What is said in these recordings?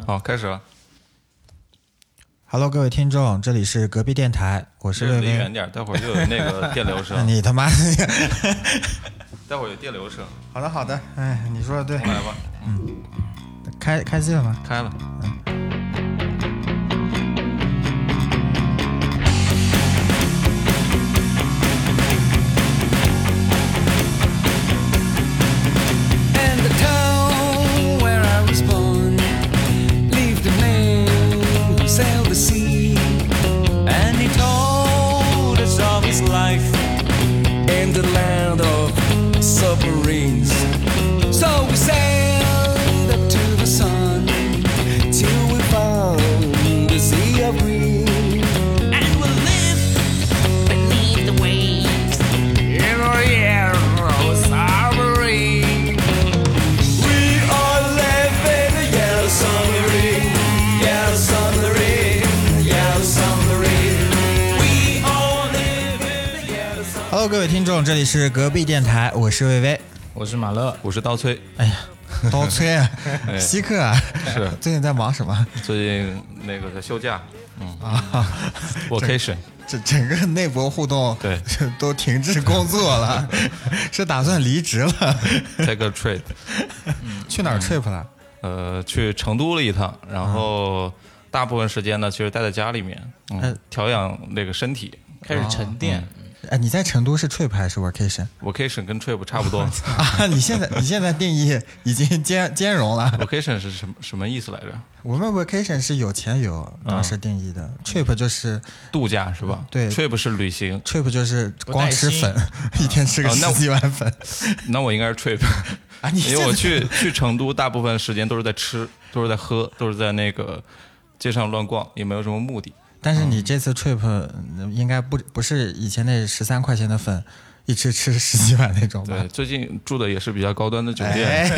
好，开始了。 Hello， 各位听众，这里是隔壁电台，我是魏离远点，待会儿就有那个电流声。 你他妈的！ 待会儿有电流声。 好的，好的，哎，你说的对。 重来吧。 开机了吗？ 开了。 各位听众，这里是隔壁电台，我是魏巍， 我是马乐， 我是刀崔。 哎呀，刀崔啊，稀客啊， 是最近在忙什么？ 最近那个在休假，vacation， 这整个内部互动对都停滞工作了，是打算离职了 ，take a trip， 去哪儿 trip 了？ 去成都了一趟，然后大部分时间呢，其实待在家里面，调养那个身体， 开始沉淀。 哎，你在成都是 trip 还是 vacation？vacation 跟 trip 差不多啊！你现在定义已经兼容了。 vacation 是什么意思来着？ 我们 vacation 是有钱游当时定义的，trip 就是度假是吧？ 对 ，trip 是旅行 ，trip 就是光吃粉，一天吃个10几碗粉。 那我应该是 trip 啊！ 因为我去成都大部分时间都是在吃，都是在喝，都是在那个街上乱逛，也没有什么目的。 但是你这次 trip 应该不是以前那13块钱的粉，一吃10几碗那种吧？ 对，最近住的也是比较高端的酒店，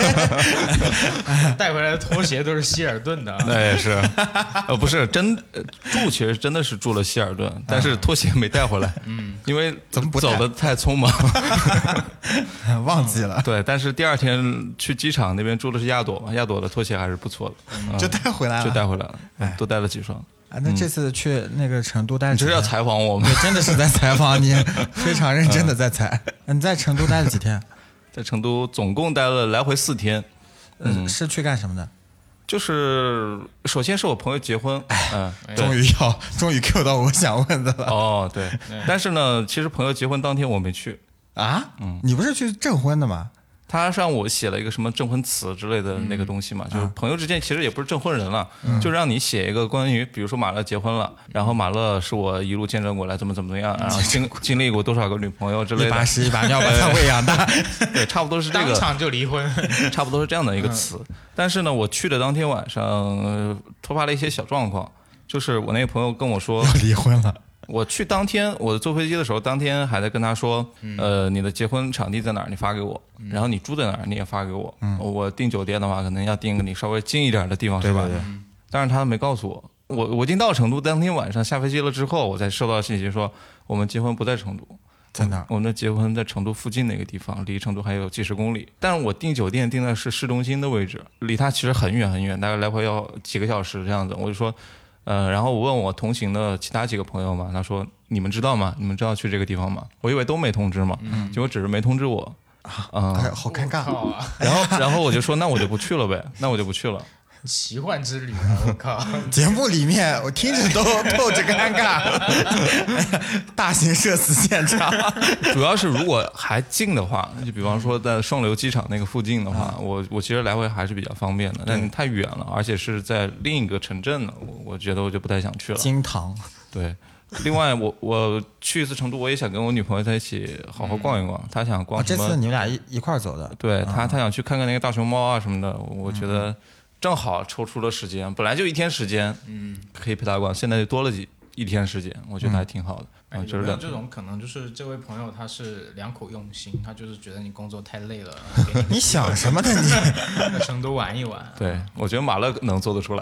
带回来的拖鞋都是希尔顿的。 对，是，不是真住，其实真的是住了希尔顿，但是拖鞋没带回来，因为怎么不走的太匆忙， 忘记了。 对，但是第二天去机场那边住的是亚朵嘛，亚朵的拖鞋还是不错的， 就带回来了， 多带了几双。 啊，那这次去那个成都待了几天？ 你这是要采访我吗？ 对，真的是在采访你，非常认真的在采。你在成都待了几天？ 在成都总共待了来回4天。 是去干什么的？ 就是首先是我朋友结婚， 终于 Q 到我想问的了。 哦，对，但是呢，其实朋友结婚当天我没去啊。你不是去证婚的吗？ 他让我写了一个什么证婚词之类的那个东西嘛，就是朋友之间其实也不是证婚人了，就让你写一个关于，比如说马乐结婚了，然后马乐是我一路见证过来怎么样，然后经历过多少个女朋友之类的， 一把屎一把尿把他喂养大， 对，差不多是这个， 当场就离婚， 差不多是这样的一个词。但是呢，我去的当天晚上突发了一些小状况，就是我那个朋友跟我说要离婚了。 我去当天，我坐飞机的时候，当天还在跟他说，你的结婚场地在哪儿？你发给我，然后你住在哪儿？你也发给我。我订酒店的话，可能要订个你稍微近一点的地方，是吧？ 对。 但是他没告诉我，我已经到成都，当天晚上下飞机了之后，我才收到信息说我们结婚不在成都， 在哪儿？ 我们的结婚在成都附近那个地方，离成都还有几十公里。但是我订酒店订的是市中心的位置，离它其实很远很远，大概来回要几个小时这样子。我就说。然后我问我同行的其他几个朋友嘛，他说你们知道吗？你们知道去这个地方吗？我以为都没通知嘛，结果只是没通知我， 好尴尬。 然后我就说那我就不去了呗，那我就不去了。 奇幻之旅啊！我靠， 节目里面我听着都透着尴尬，大型社死现场。 主要是如果还近的话，就比方说在双流机场那个附近的话，我其实来回还是比较方便的。但太远了，而且是在另一个城镇了，我觉得我就不太想去了。 金堂， 对。另外，我去一次成都，我也想跟我女朋友在一起好好逛一逛。她想逛什么？ 这次你们俩一块儿走的？ 对，她想去看看那个大熊猫啊什么的。我觉得。正好抽出了时间，本来就1天时间，可以陪他逛，现在就多了一天时间，我觉得还挺好的。 有没有这种可能，就是这位朋友他是2口用心，他就是觉得你工作太累了， 你想什么呢你？ 在成都玩一玩。 对，我觉得马乐能做得出来。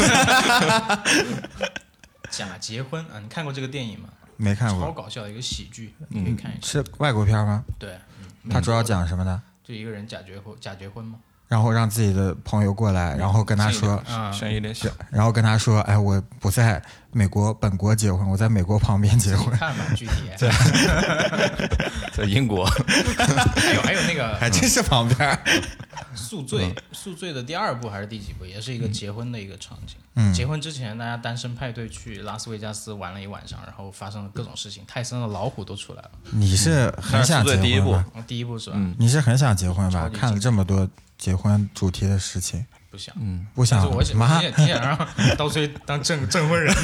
假结婚啊，你看过这个电影吗？ 没看过。 超搞笑的一个喜剧，你可以看一下。 是外国片吗？ 对。 它主要讲什么的？ 就一个人假结婚嘛。 然后让自己的朋友过来，然后跟他说， 深一点想， 然后跟他说，哎，我不在美国本国结婚，我在美国旁边结婚。 看吧，具体在英国， 还有那个还真是旁边。 宿醉的第2部还是第几部，也是一个结婚的一个场景。结婚之前，大家单身派对去拉斯维加斯玩了一晚上，然后发生了各种事情，泰森的老虎都出来了。 你是很想结婚吧？ 第一部是吧？ 你是很想结婚吧？看了这么多结婚主题的事情， 不想， 不想。 我挺想让刀崔当证婚人。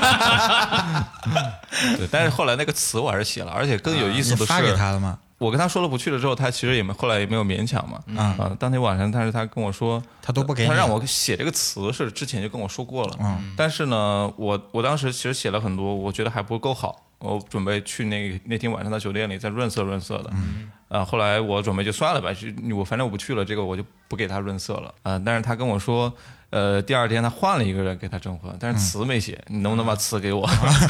对，但是后来那个词我还是写了，而且更有意思的是， 你发给他了吗？ 我跟他说了不去了之后，他其实后来也没有勉强嘛。当天晚上，但是他跟我说， 他都不给你， 他让我写这个词是之前就跟我说过了。但是呢，我当时其实写了很多，我觉得还不够好，我准备去那天晚上在酒店里再润色的。后来我准备就算了吧，反正我不去了，这个我就不给他润色了。但是他跟我说，第2天他换了一个人给他证婚，但是词没写，你能不能把词给我？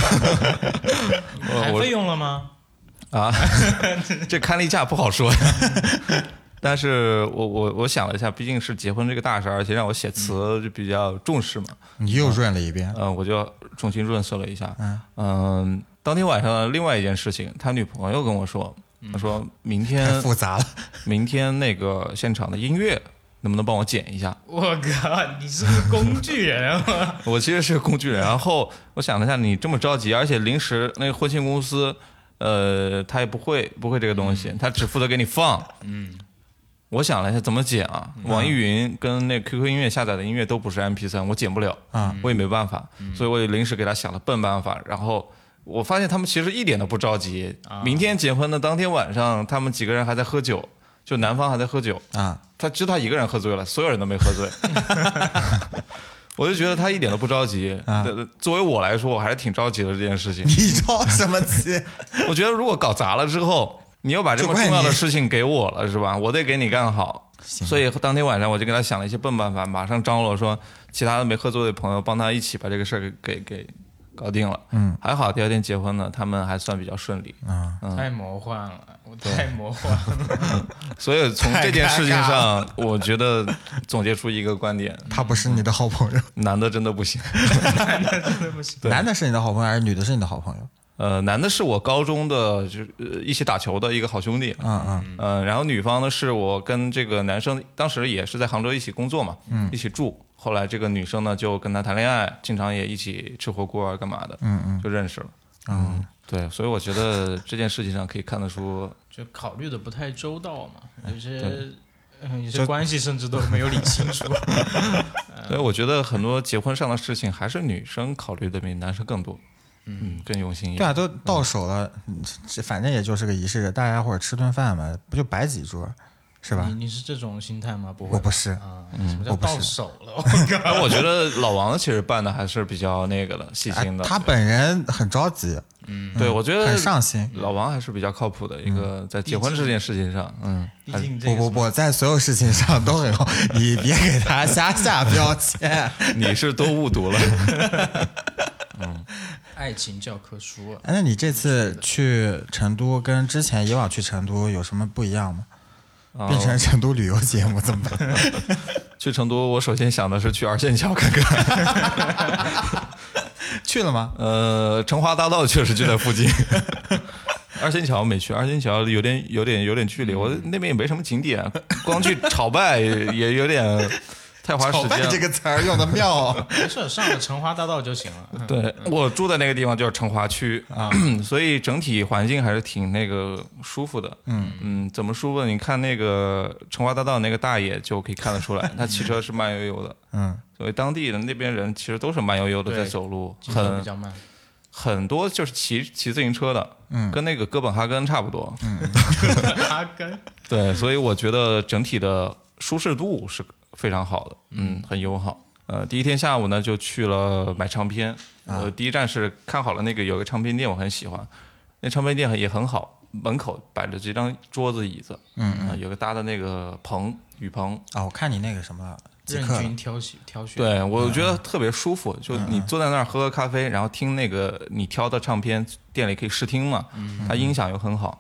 还费用了吗？ 这看例假不好说呀。但是我想了一下，毕竟是结婚这个大事，而且让我写词就比较重视嘛。 你又润了一遍。 我就重新润色了一下。当天晚上另外一件事情，他女朋友跟我说，他说明天太复杂了， 明天那个现场的音乐能不能帮我剪一下？ 我靠，你是个工具人啊！ 我其实是个工具人。然后我想了一下，你这么着急，而且临时那个婚庆公司。他也不会这个东西，他只负责给你放。我想了一下怎么剪啊？网易云跟那 QQ 音乐下载的音乐都不是 MP3，我剪不了我也没办法，所以我也临时给他想了笨办法。然后我发现他们其实一点都不着急。明天结婚的当天晚上，他们几个人还在喝酒，就男方还在喝酒他知道他一个人喝醉了，所有人都没喝醉。我就觉得他一点都不着急。作为我来说，我还是挺着急的这件事情。 你着什么急？ 我觉得如果搞砸了之后，你又把这么重要的事情给我了，是吧？我得给你干好。所以当天晚上我就给他想了一些笨办法，马上张罗说其他的没喝醉的朋友帮他一起把这个事儿给搞定了。还好第2天结婚呢，他们还算比较顺利。 太魔幻了，我太魔幻了。 所以从这件事情上，我觉得总结出一个观点： 他不是你的好朋友， 男的真的不行。 男的真的不行。 男的是你的好朋友还是女的是你的好朋友？ 男的是我高中的一起打球的一个好兄弟。然后女方呢是我跟这个男生当时也是在杭州一起工作嘛，一起住。后来这个女生呢就跟他谈恋爱，经常也一起吃火锅啊干嘛的，就认识了。对，所以我觉得这件事情上可以看得出， 就考虑的不太周到嘛，有些关系甚至都没有理清楚。 所以我觉得很多结婚上的事情还是女生考虑的比男生更多。更用心一点。 对啊，都到手了，反正也就是个仪式，大家伙吃顿饭嘛，不就摆几桌，是吧？ 你是这种心态吗？不会， 我不是。 什么叫到手了？ 我觉得老王其实办的还是比较那个的，细心的。 他本人很着急。 对，我觉得很上心。 老王还是比较靠谱的一个，在结婚这件事情上， 毕竟不，在所有事情上都很好，你别给他瞎下标签。 你是都误读了。 爱情教科书。 那你这次去成都跟之前以往去成都有什么不一样吗？变成成都旅游节目怎么办？ 去成都，我首先想的是去二仙桥看看。 去了吗？ 成华大道确实就在附近。二仙桥没去，二仙桥有点距离，我那边也没什么景点，光去朝拜也有点太花时间了。 朝拜这个词儿用的妙。 没事，上了成华大道就行了。 对，我住的那个地方就是成华区所以整体环境还是挺那个舒服的。怎么舒服？你看那个成华大道那个大爷就可以看得出来，他骑车是慢悠悠的。所以当地的那边人其实都是慢悠悠的在走路， 比较慢。 很多就是骑自行车的，跟那个哥本哈根差不多。 哥本哈根。 对，所以我觉得整体的舒适度是非常好的，很友好。第一天下午呢就去了买唱片。第一站是看好了那个有个唱片店，我很喜欢，那唱片店也很好，门口摆着几张桌子椅子，有个搭的那个雨棚。 我看你那个什么。 任君挑选。 对，我觉得特别舒服，就你坐在那儿喝个咖啡，然后听那个你挑的唱片，店里可以试听嘛，它音响又很好，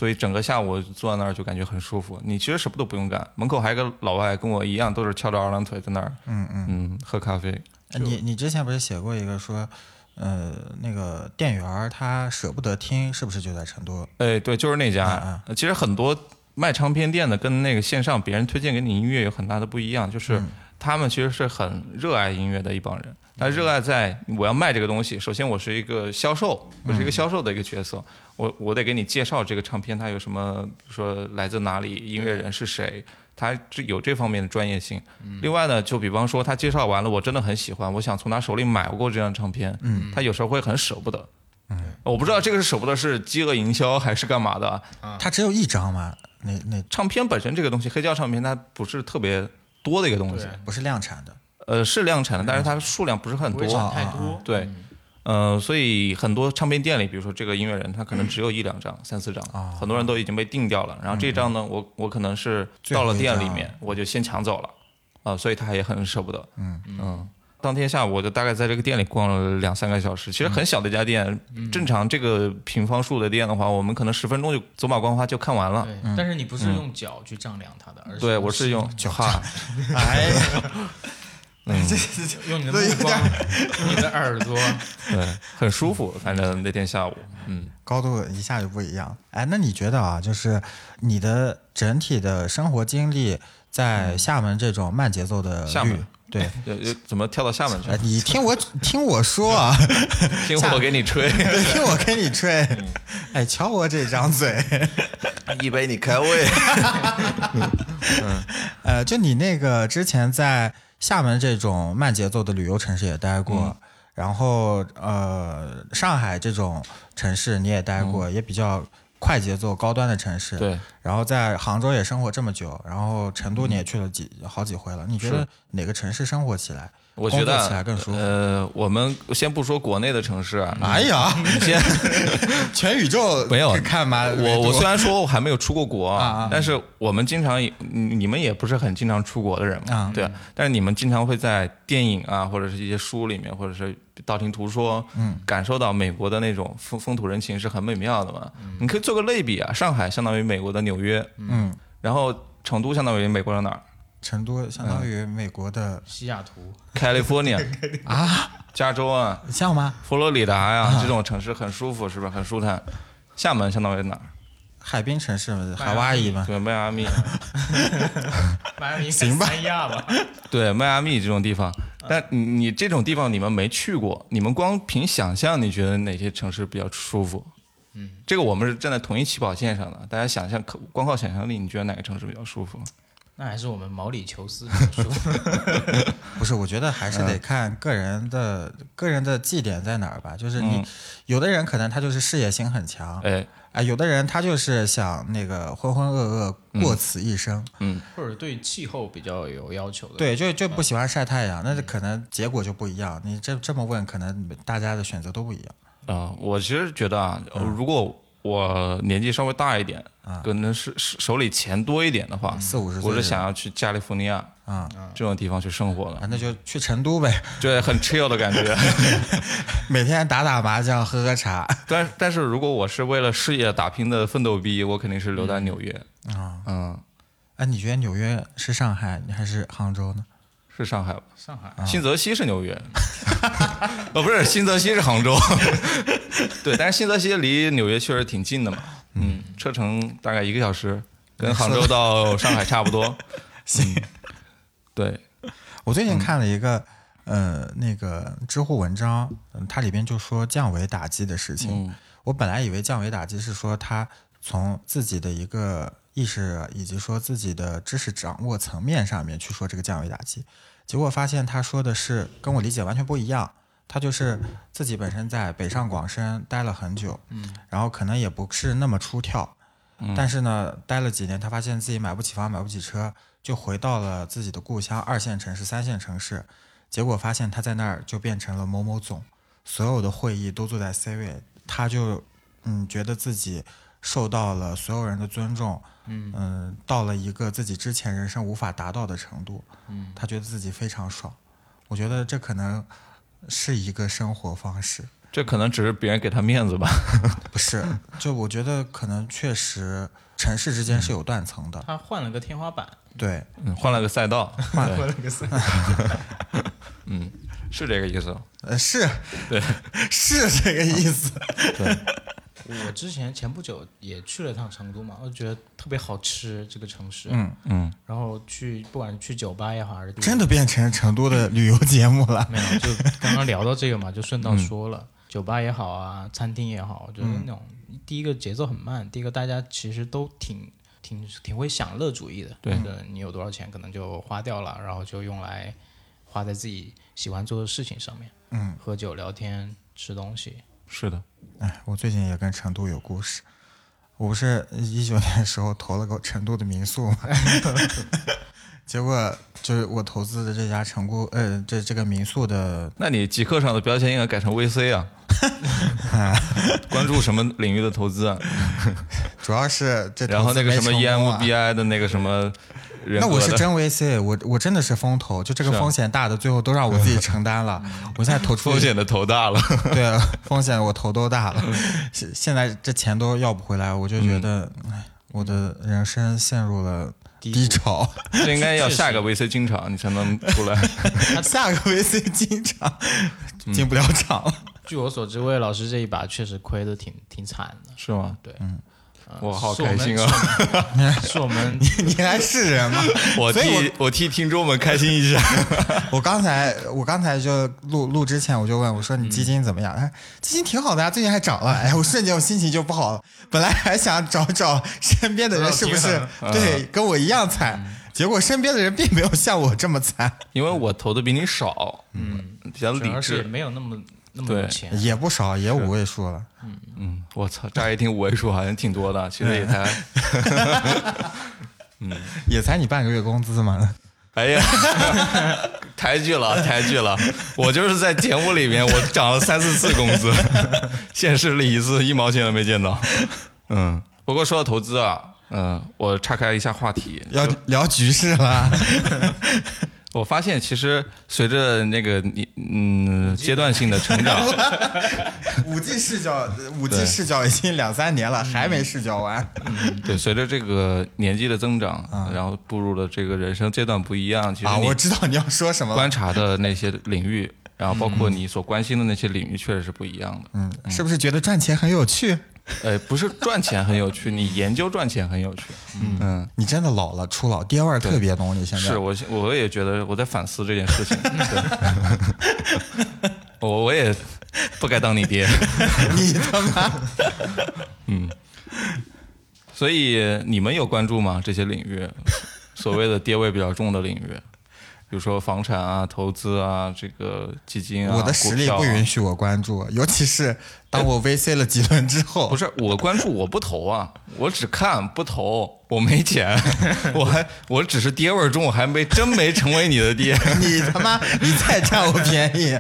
所以整个下午坐在那儿就感觉很舒服。你其实什么都不用干，门口还有个老外跟我一样，都是翘着二郎腿在那儿，喝咖啡。 你之前不是写过一个说，那个店员他舍不得听，是不是就在成都？ 哎，对，就是那家。其实很多卖唱片店的跟那个线上别人推荐给你音乐有很大的不一样，就是他们其实是很热爱音乐的一帮人。他热爱在我要卖这个东西，首先我是一个销售，我是一个销售的一个角色，我得给你介绍这个唱片它有什么，比如说来自哪里，音乐人是谁，他有这方面的专业性。另外呢，就比方说他介绍完了，我真的很喜欢，我想从他手里买过这张唱片，他有时候会很舍不得。我不知道这个是舍不得是饥饿营销还是干嘛的。 他只有一张吗？那唱片本身这个东西，黑胶唱片它不是特别多的一个东西， 不是量产的。 是量产的，但是它数量不是很多， 太多。 对，所以很多唱片店里，比如说这个音乐人，他可能只有1-2张、3-4张，很多人都已经被定掉了。然后这张呢，我可能是到了店里面，我就先抢走了，所以他也很舍不得。当天下午我就大概在这个店里逛了2-3个小时，其实很小的一家店，正常这个平方数的店的话，我们可能10分钟就走马观花就看完了。 但是你不是用脚去丈量它的，而是对我是用脚哈。 哎呀。 用你的目光，用你的耳朵， 对，很舒服。反正那天下午， 高度一下就不一样。哎，那你觉得啊，就是你的整体的生活经历，在厦门这种慢节奏的厦门， 对， 怎么跳到厦门去？ 你听我说啊， 听我给你吹， 听我给你吹。哎，瞧我这张嘴， 一杯你开胃。 就你那个之前在厦门这种慢节奏的旅游城市也待过，然后上海这种城市你也待过，也比较快节奏高端的城市。 对。 然后在杭州也生活这么久，然后成都你也去了好几回了。你觉得哪个城市生活起来？ 我觉得工作起来更舒服。 我们先不说国内的城市啊， 哎呀， 先全宇宙没有看吗？ 我虽然说我还没有出过国但是我们经常你们也不是很经常出国的人嘛，对啊，但是你们经常会在电影啊或者是一些书里面，或者是道听途说，感受到美国的那种风土人情是很美妙的嘛。你可以做个类比啊，上海相当于美国的纽约，然后成都相当于美国的哪儿？ 成都相当于美国的西雅图 California 啊， 加州啊， 像吗？ 佛罗里达呀，这种城市很舒服，是不是很舒坦？厦门相当于哪儿？ 海滨城市嘛，海哇伊嘛。 对，迈阿密。 迈阿密行吧， 三亚吧。 对，迈阿密这种地方，但你这种地方你们没去过，你们光凭想象，你觉得哪些城市比较舒服？这个我们是站在同一起跑线上的，大家想象，光靠想象力，你觉得哪个城市比较舒服？ 那还是我们毛里求斯不是，我觉得还是得看个人的绩点在哪儿吧。就是你有的人可能他就是事业心很强，有的人他就是想那个浑浑噩噩过此一生， 或者对气候比较有要求的， 对，就不喜欢晒太阳，那可能结果就不一样。你这么问，可能大家的选择都不一样。 我其实觉得如果我年纪稍微大一点，可能是手里钱多一点的话 ，40-50岁， 我是想要去加利福尼亚这种地方去生活的。 那就去成都呗， 对，很 chill 的感觉， 每天打麻将，喝茶。 但是如果我是为了事业打拼的奋斗逼，我肯定是留在纽约。 你觉得纽约是上海还是杭州呢？ 是上海吧？ 上海， 新泽西是纽约，不是，新泽西是杭州。对，但是新泽西离纽约确实挺近的嘛，车程大概1个小时，跟杭州到上海差不多。对， 我最近看了一个那个知乎文章，它里边就说降维打击的事情。我本来以为降维打击是说他从自己的一个意识以及说自己的知识掌握层面上面去说这个降维打击，结果发现他说的是跟我理解完全不一样。他就是自己本身在北上广深待了很久，然后可能也不是那么出挑，但是呢待了几年，他发现自己买不起房买不起车，就回到了自己的故乡2线城市3线城市，结果发现他在那儿就变成了某某总，所有的会议都坐在 C 位，他就觉得自己受到了所有人的尊重，到了一个自己之前人生无法达到的程度，他觉得自己非常爽。我觉得这可能是一个生活方式， 这可能只是别人给他面子吧。 不是，就我觉得可能确实城市之间是有断层的。 他换了个天花板， 对， 换了个赛道， 换了个赛道。 是这个意思。 是， 对， 是这个意思。 对， 我之前不久也去了趟成都嘛，我觉得特别好吃这个城市。然后不管去酒吧也好，还是真的变成成都的旅游节目了。 没有，就刚刚聊到这个嘛，就顺道说了，酒吧也好啊，餐厅也好，我觉得那种第一个节奏很慢，第一个大家其实都挺会享乐主义的。 对， 你有多少钱可能就花掉了，然后就用来花在自己喜欢做的事情上面。喝酒、聊天、吃东西。 是的。 哎，我最近也跟成都有故事。我不是19年的时候投了个成都的民宿嘛，结果就是我投资的这家这个民宿的， 那你极客上的标签应该改成 VC 啊。关注什么领域的投资啊？ 主要是这然后那个什么 EMBI EMBI 的那个什么人格的， 那我是真 VC， 我真的是风投，就这个风险大的最后都让我自己承担了。我现在投出风险的头大了。 对，风险我头都大了，现在这钱都要不回来，我就觉得，我的人生陷入了低潮。 这应该要下个 VC 进场，你才能出来。 下个 VC 进场进不了场了。 据我所知，魏老师这一把确实亏得挺惨的， 是吗？ 对， 我好开心啊！ 是我们你还是人吗？ 我替听众们开心一下。 我刚才就录之前我就问我说你基金怎么样？基金挺好的呀，最近还涨了。哎，我瞬间我心情就不好了。本来还想找身边的人是不是对跟我一样惨，结果身边的人并没有像我这么惨。 因为我投的比你少，比较理智， 也没有那么多钱， 也不少，也5位数了。 我操，乍一听5位数好像挺多的，其实也才， 也才你半个月工资嘛。 哎呀，抬举了，我就是在节目里面我涨了3、4次工资，现实里1次1毛钱都没见到。不过说到投资啊，我岔开一下话题， 要聊局势了。 我发现其实随着那个阶段性的成长 ，5G 视角已经2、3年了，还没视角完。 对，随着这个年纪的增长，然后步入了这个人生阶段不一样，其实我知道你要说什么了。 观察的那些领域，然后包括你所关心的那些领域，确实是不一样的。 是不是觉得赚钱很有趣？ 不是赚钱很有趣，你研究赚钱很有趣。 你真的老了，初老，爹味儿特别浓。你现在是我也觉得我在反思这件事情。我也不该当你爹。 你他妈。 所以你们有关注吗？这些领域，所谓的爹味比较重的领域，比如说房产啊、投资啊、这个基金啊。 我的实力不允许我关注，尤其是当我 VC 了几轮之后。 不是我关注，我不投啊，我只看不投，我没钱，我只是爹味重，我还真没成为你的爹。 你他妈，你再占我便宜。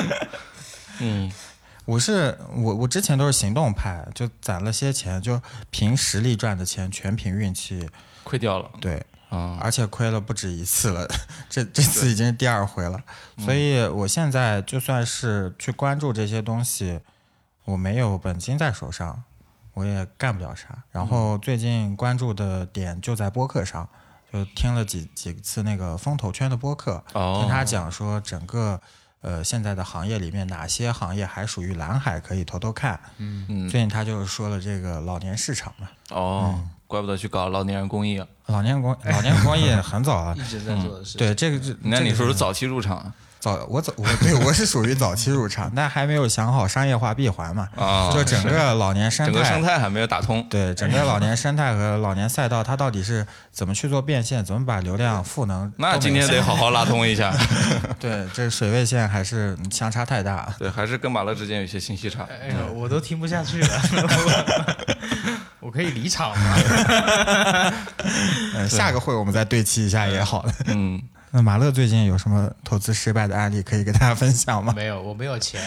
我之前都是行动派，就攒了些钱，就凭实力赚的钱，全凭运气亏掉了。 对。而且亏了不止1次了，这次已经是第2回了。所以我现在就算是去关注这些东西，我没有本金在手上，我也干不了啥。然后最近关注的点就在播客上，就听了几次那个风投圈的播客，听他讲说整个现在的行业里面哪些行业还属于蓝海，可以偷看。最近他就是说了这个老年市场嘛。 怪不得去搞老年人公益啊！ 老年公益很早了， 一直在做的事情。 对，这个那你说是早期入场？ 我是属于早期入场，但还没有想好商业化闭环嘛。就整个老年生态， 整个生态还没有打通。 对，整个老年生态和老年赛道，它到底是怎么去做变现，怎么把流量赋能？ 那今天得好好拉通一下。 对，这水位线还是相差太大。 对，还是跟马乐之间有些信息差。 哎呀，我都听不下去了。我可以离场吗？ 下个会我们再对齐一下也好的。那马乐最近有什么投资失败的案例可以给大家分享吗？ 没有，我没有钱。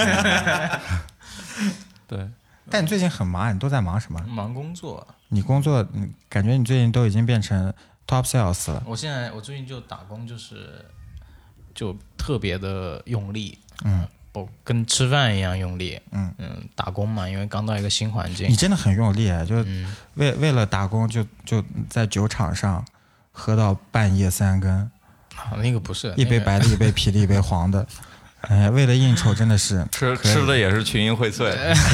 对， 但你最近很忙，你都在忙什么？ 忙工作。 你工作，感觉你最近都已经变成 top sales 了。 我最近就打工，就特别的用力。 跟吃饭一样用力。打工嘛，因为刚到一个新环境。 你真的很用力，就为了打工就在酒场上喝到半夜3更。 那个不是一杯白的，一杯啤的，一杯黄的。哎，为了应酬真的是吃的也是群英荟萃。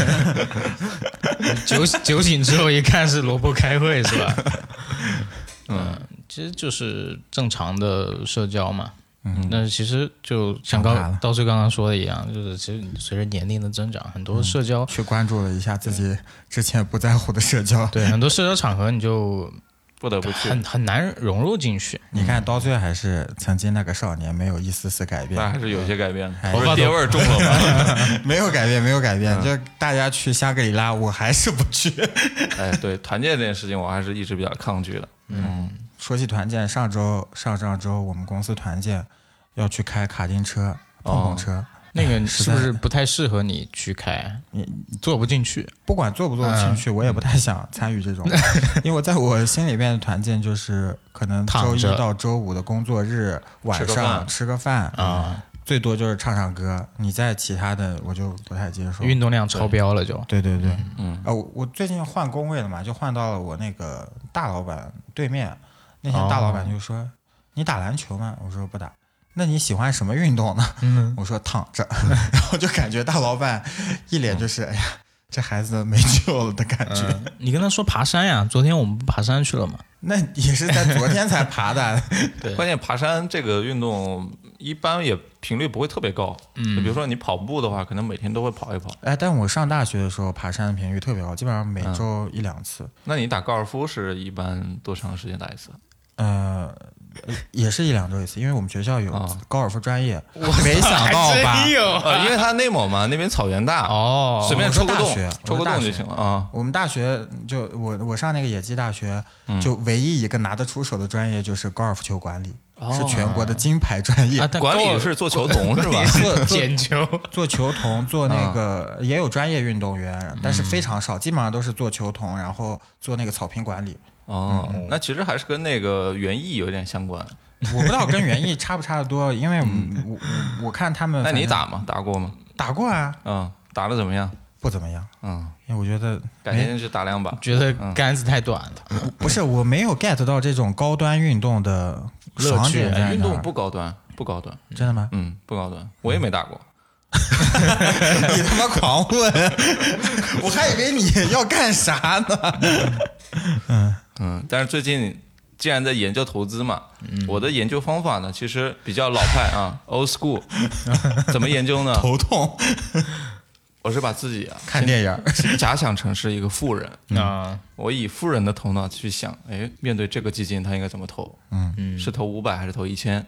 酒醒之后一看是萝卜开会是吧？其实就是正常的社交嘛。但是其实就像刀穗刚刚说的一样，就是其实随着年龄的增长，很多社交去关注了一下自己之前不在乎的社交， 对很多社交场合你就不得不去， 很难融入进去。 你看刀穗还是曾经那个少年，没有一丝丝改变， 但还是有些改变。 头发爹味儿重了吗？ 没有改变，没有改变。就大家去香格里拉，我还是不去。 哎，对团建这件事情，我还是一直比较抗拒的。 说起团建，上周我们公司团建要去开卡丁车、碰碰车。 那个是不是不太适合你去开？你坐不进去。 不管坐不坐得进去，我也不太想参与这种，因为在我心里面的团建就是可能周一到周五的工作日晚上吃个饭啊，最多就是唱唱歌。你在其他的我就不太接受， 运动量超标了就。 对，我最近换工位了嘛，就换到了我那个大老板对面。那天大老板就说：“你打篮球吗？”我说不打。那你喜欢什么运动呢？我说躺着，然后就感觉大老板一脸就是哎呀，这孩子没救了的感觉。 你跟他说爬山呀，昨天我们不爬山去了吗？ 那也是在昨天才爬的。 对，关键爬山这个运动一般也频率不会特别高。就比如说你跑步的话，可能每天都会跑一跑。 哎，但我上大学的时候爬山的频率特别高，基本上每周1-2次。 那你打高尔夫是一般多长时间打一次？ 也是1-2周一次，因为我们学校有高尔夫专业。我没想到吧？ 因为他内蒙嘛，那边草原大哦，随便抽个洞就行了啊。 我们大学就我上那个野鸡大学，就唯一一个拿得出手的专业就是高尔夫球管理，是全国的金牌专业。 管理是做球童是吧？ 捡球、 做球童，做那个也有专业运动员，但是非常少，基本上都是做球童，然后做那个草坪管理。 那其实还是跟那个园艺有点相关。 我不知道跟园艺差不差得多，因为我看他们。 那你打吗？打过吗？ 打过啊。 打得怎么样？ 不怎么样。因为我觉得改天去打2把。 觉得杆子太短了。 不是，我没有 get 到这种高端运动的乐趣。 运动不高端，不高端。 真的吗？ 不高端，我也没打过。 你他妈狂问，我还以为你要干啥呢？ 但是最近既然在研究投资嘛，我的研究方法呢，其实比较老派啊，old school。怎么研究呢？ 头痛。 我是把自己看电影假想成是一个富人我以富人的头脑去想，哎，面对这个基金他应该怎么投？是投500还是投1000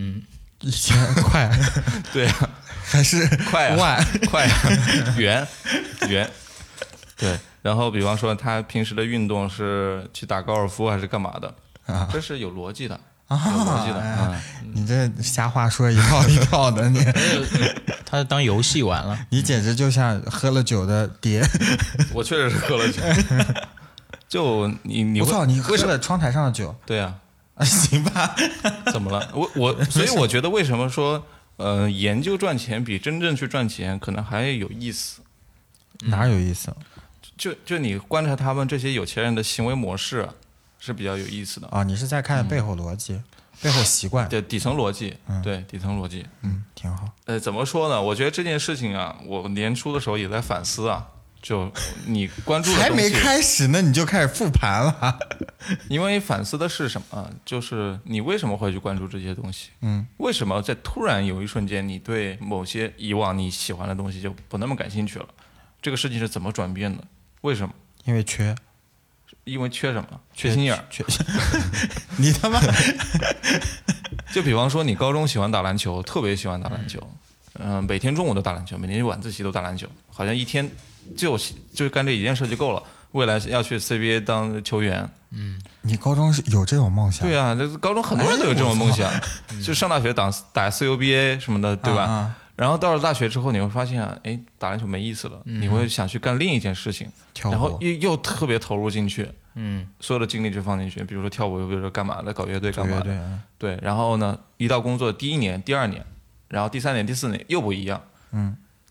？1000块。 对啊， 还是快啊， 万快啊，元。对，然后比方说他平时的运动是去打高尔夫还是干嘛的，这是有逻辑的。有逻辑的。 你这瞎话说一套一套的，你他当游戏玩了， 你简直就像喝了酒的爹。 我确实是喝了酒。就你我操，你喝了窗台上的酒？ 对啊。 行吧。 怎么了？所以我觉得为什么说研究赚钱比真正去赚钱可能还有意思。 哪有意思？ 就你观察他们这些有钱人的行为模式是比较有意思的啊。你是在看背后逻辑、背后习惯， 对底层逻辑，对底层逻辑， 挺好。 怎么说呢？我觉得这件事情啊，我年初的时候也在反思啊。就你关注的东西还没开始呢，你就开始复盘了。 因为反思的是什么？就是你为什么会去关注这些东西？为什么在突然有一瞬间，你对某些以往你喜欢的东西就不那么感兴趣了？这个事情是怎么转变的？为什么？ 因为缺。 因为缺什么？缺心眼儿。 你他妈！ 就比方说，你高中喜欢打篮球，特别喜欢打篮球，每天中午都打篮球，每天晚自习都打篮球，好像一天就干这一件事就够了。未来要去 CBA 当球员。 你高中是有这种梦想？ 对啊，这高中很多人都有这种梦想，就上大学打 CUBA 什么的，对吧？然后到了大学之后，你会发现，哎，打篮球没意思了，你会想去干另一件事情，然后又特别投入进去，所有的精力就放进去，比如说跳舞，比如说干嘛的，搞乐队干嘛的，对。然后呢，一到工作第1年、第2年，然后第3年、第4年又不一样，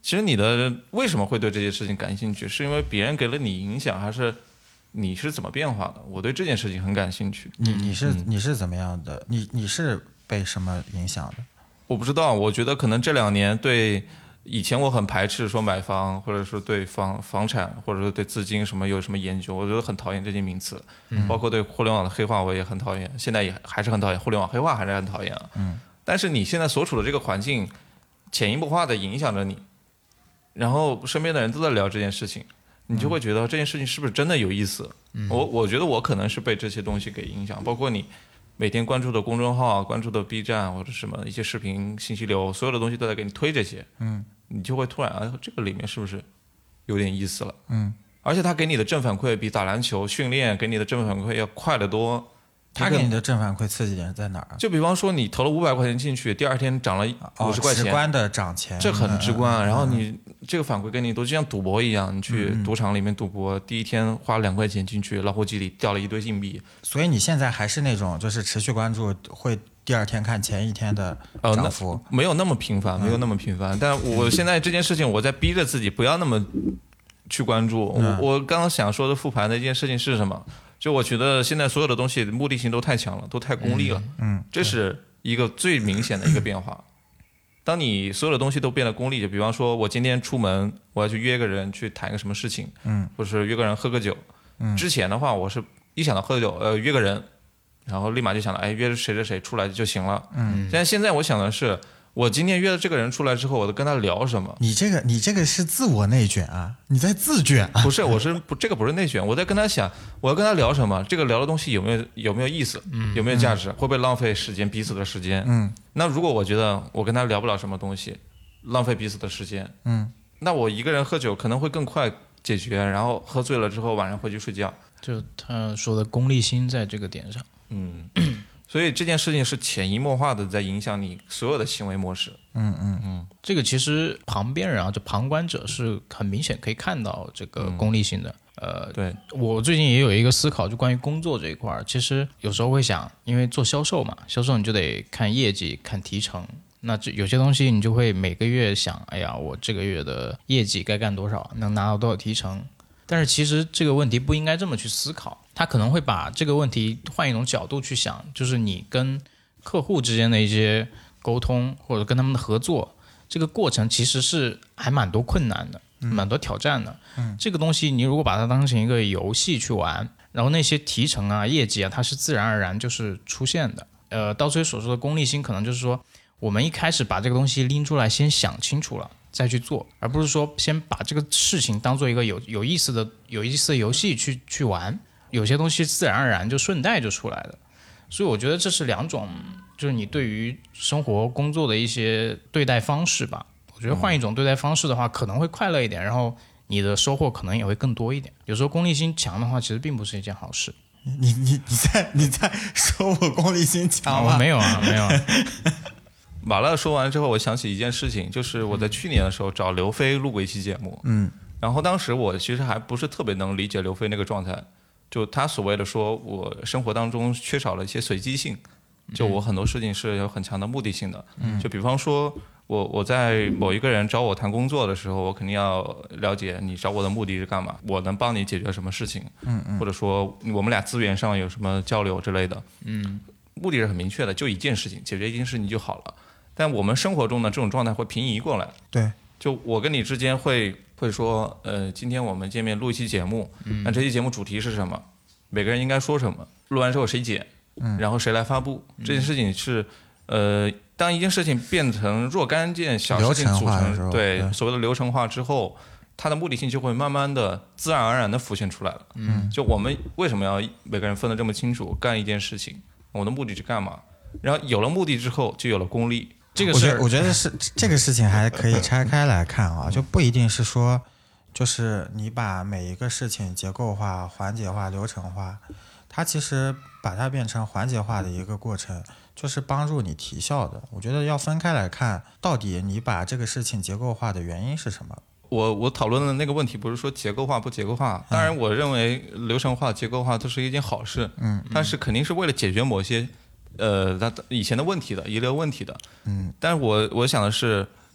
其实你的为什么会对这些事情感兴趣，是因为别人给了你影响，还是你是怎么变化的？我对这件事情很感兴趣。 你是怎么样的？你是被什么影响的？ 我不知道，我觉得可能这2年对以前我很排斥说买房，或者说对房产，或者说对资金什么有什么研究，我觉得很讨厌这些名词，包括对互联网的黑化我也很讨厌，现在也还是很讨厌互联网黑化，还是很讨厌啊。但是你现在所处的这个环境，潜移默化的影响着你，然后身边的人都在聊这件事情，你就会觉得这件事情是不是真的有意思？我觉得我可能是被这些东西给影响，包括你每天关注的公众号、关注的 B 站或者什么一些视频信息流，所有的东西都在给你推这些，你就会突然这个里面是不是有点意思了？而且他给你的正反馈比打篮球训练给你的正反馈要快得多。 他给你的正反馈刺激点在哪儿？ 就比方说你投了500块钱进去，第2天涨了50块钱， 直观的涨钱， 这很直观。然后你这个反馈给你都就像赌博一样，你去赌场里面赌博，第1天花2块钱进去，老虎机里掉了一堆硬币。 所以你现在还是那种就是持续关注，会第2天看前1天的涨幅， 没有那么频繁，没有那么频繁。但我现在这件事情，我在逼着自己不要那么去关注。我刚刚想说的复盘的一件事情是什么？就我觉得现在所有的东西目的性都太强了，都太功利了。这是一个最明显的一个变化。当你所有的东西都变得功利，就比方说我今天出门，我要去约个人去谈个什么事情，或者是约个人喝个酒。之前的话，我是一想到喝酒，约个人，然后立马就想到，哎，约谁谁谁出来就行了。现在我想的是，我今天约了这个人出来之后，我都跟他聊什么？ 你这个是自我内卷啊，你在自卷啊？ 不是，这个不是内卷，我在跟他想，我要跟他聊什么？这个聊的东西有没有意思？有没有价值？会不会浪费时间，彼此的时间？那如果我觉得我跟他聊不了什么东西，浪费彼此的时间，那我一个人喝酒可能会更快解决，然后喝醉了之后晚上回去睡觉。 就他说的功利心在这个点上。 所以这件事情是潜移默化的在影响你所有的行为模式。 这个其实旁边人啊，就旁观者是很明显可以看到这个功利性的。 对， 我最近也有一个思考，就关于工作这一块儿。其实有时候会想，因为做销售嘛，销售你就得看业绩、看提成。那这有些东西你就会每个月想，哎呀，我这个月的业绩该干多少，能拿到多少提成。但是其实这个问题不应该这么去思考，他可能会把这个问题换一种角度去想，就是你跟客户之间的一些沟通或者跟他们的合作，这个过程其实是还蛮多困难的，蛮多挑战的。这个东西你如果把它当成一个游戏去玩，然后那些提成啊、业绩啊，它是自然而然就是出现的。刀崔所说的功利心，可能就是说我们一开始把这个东西拎出来，先想清楚了再去做，而不是说先把这个事情当做一个有意思的游戏去玩，有些东西自然而然就顺带就出来的。所以我觉得这是2种，就是你对于生活工作的一些对待方式吧。我觉得换一种对待方式的话，可能会快乐一点，然后你的收获可能也会更多一点。有时候功利心强的话，其实并不是一件好事。 你在说我功利心强吗？ 没有啊。 马乐说完之后，我想起一件事情，就是我在去年的时候找刘飞录过一期节目，然后当时我其实还不是特别能理解刘飞那个状态，就他所谓的说我生活当中缺少了一些随机性，就我很多事情是有很强的目的性的，就比方说我在某一个人找我谈工作的时候，我肯定要了解你找我的目的是干嘛，我能帮你解决什么事情，或者说我们俩资源上有什么交流之类的，目的是很明确的，就一件事情，解决一件事情就好了。但我们生活中呢，这种状态会平移过来。 对， 就我跟你之间会说，今天我们见面录一期节目，那这期节目主题是什么？每个人应该说什么？录完之后谁剪？然后谁来发布？这件事情是，当一件事情变成若干件小事情组成，对，所谓的流程化之后，它的目的性就会慢慢的、自然而然的浮现出来了。就我们为什么要每个人分得这么清楚，干一件事情，我的目的是干嘛？然后有了目的之后，就有了功利。这个我觉得是这个事情还可以拆开来看啊，就不一定是说，就是你把每一个事情结构化、环节化、流程化，它其实把它变成环节化的一个过程，就是帮助你提效的。我觉得要分开来看，到底你把这个事情结构化的原因是什么？ 我讨论的那个问题不是说结构化不结构化，当然我认为流程化、结构化都是一件好事，但是肯定是为了解决某些他以前的问题的遗留问题的，但是我想的是，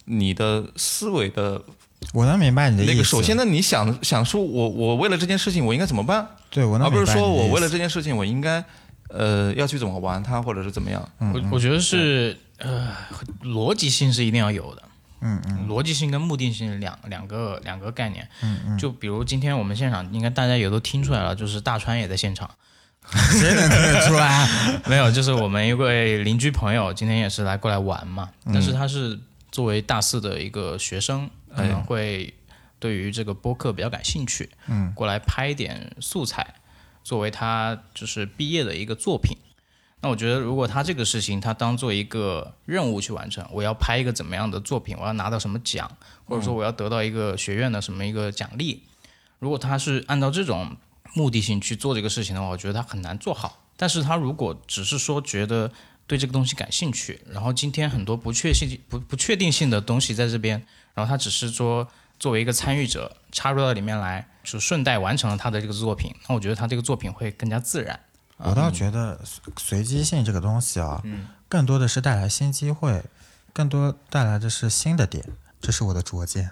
你的思维的。 我能明白你的意思。 那个首先呢，你想说我为了这件事情我应该怎么办？ 对，我能明白你的意思。 而不是说我为了这件事情我应该要去怎么玩它，或者是怎么样。 我觉得是逻辑性是一定要有的。逻辑性跟目的性两个概念。就比如今天我们现场应该大家也都听出来了，就是大川也在现场。 谁能听得出来？ 没有，就是我们一位邻居朋友今天也是过来玩嘛，但是他是作为大4的一个学生，可能会对于这个播客比较感兴趣，过来拍一点素材，作为他就是毕业的一个作品。那我觉得如果他这个事情他当做一个任务去完成，我要拍一个怎么样的作品，我要拿到什么奖，或者说我要得到一个学院的什么一个奖励，如果他是按照这种目的性去做这个事情的话，我觉得他很难做好。但是他如果只是说觉得对这个东西感兴趣，然后今天很多不确定性的东西在这边，然后他只是说作为一个参与者插入到里面来，就顺带完成了他的这个作品，那我觉得他这个作品会更加自然。 我倒觉得随机性这个东西啊，更多的是带来新机会，更多带来的是新的点，这是我的拙见。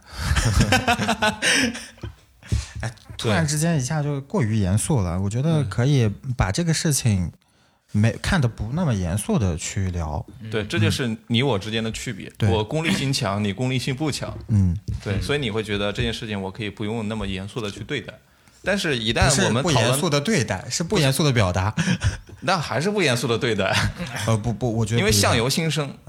哎，突然之间一下就过于严肃了，我觉得可以把这个事情看得不那么严肃的去聊。 对，这就是你我之间的区别。我功利性强，你功利性不强。对，所以你会觉得这件事情我可以不用那么严肃的去对待。但是，一旦我们不严肃的对待，是不严肃的表达， 那还是不严肃的对待。 不，我觉得因为相由心生。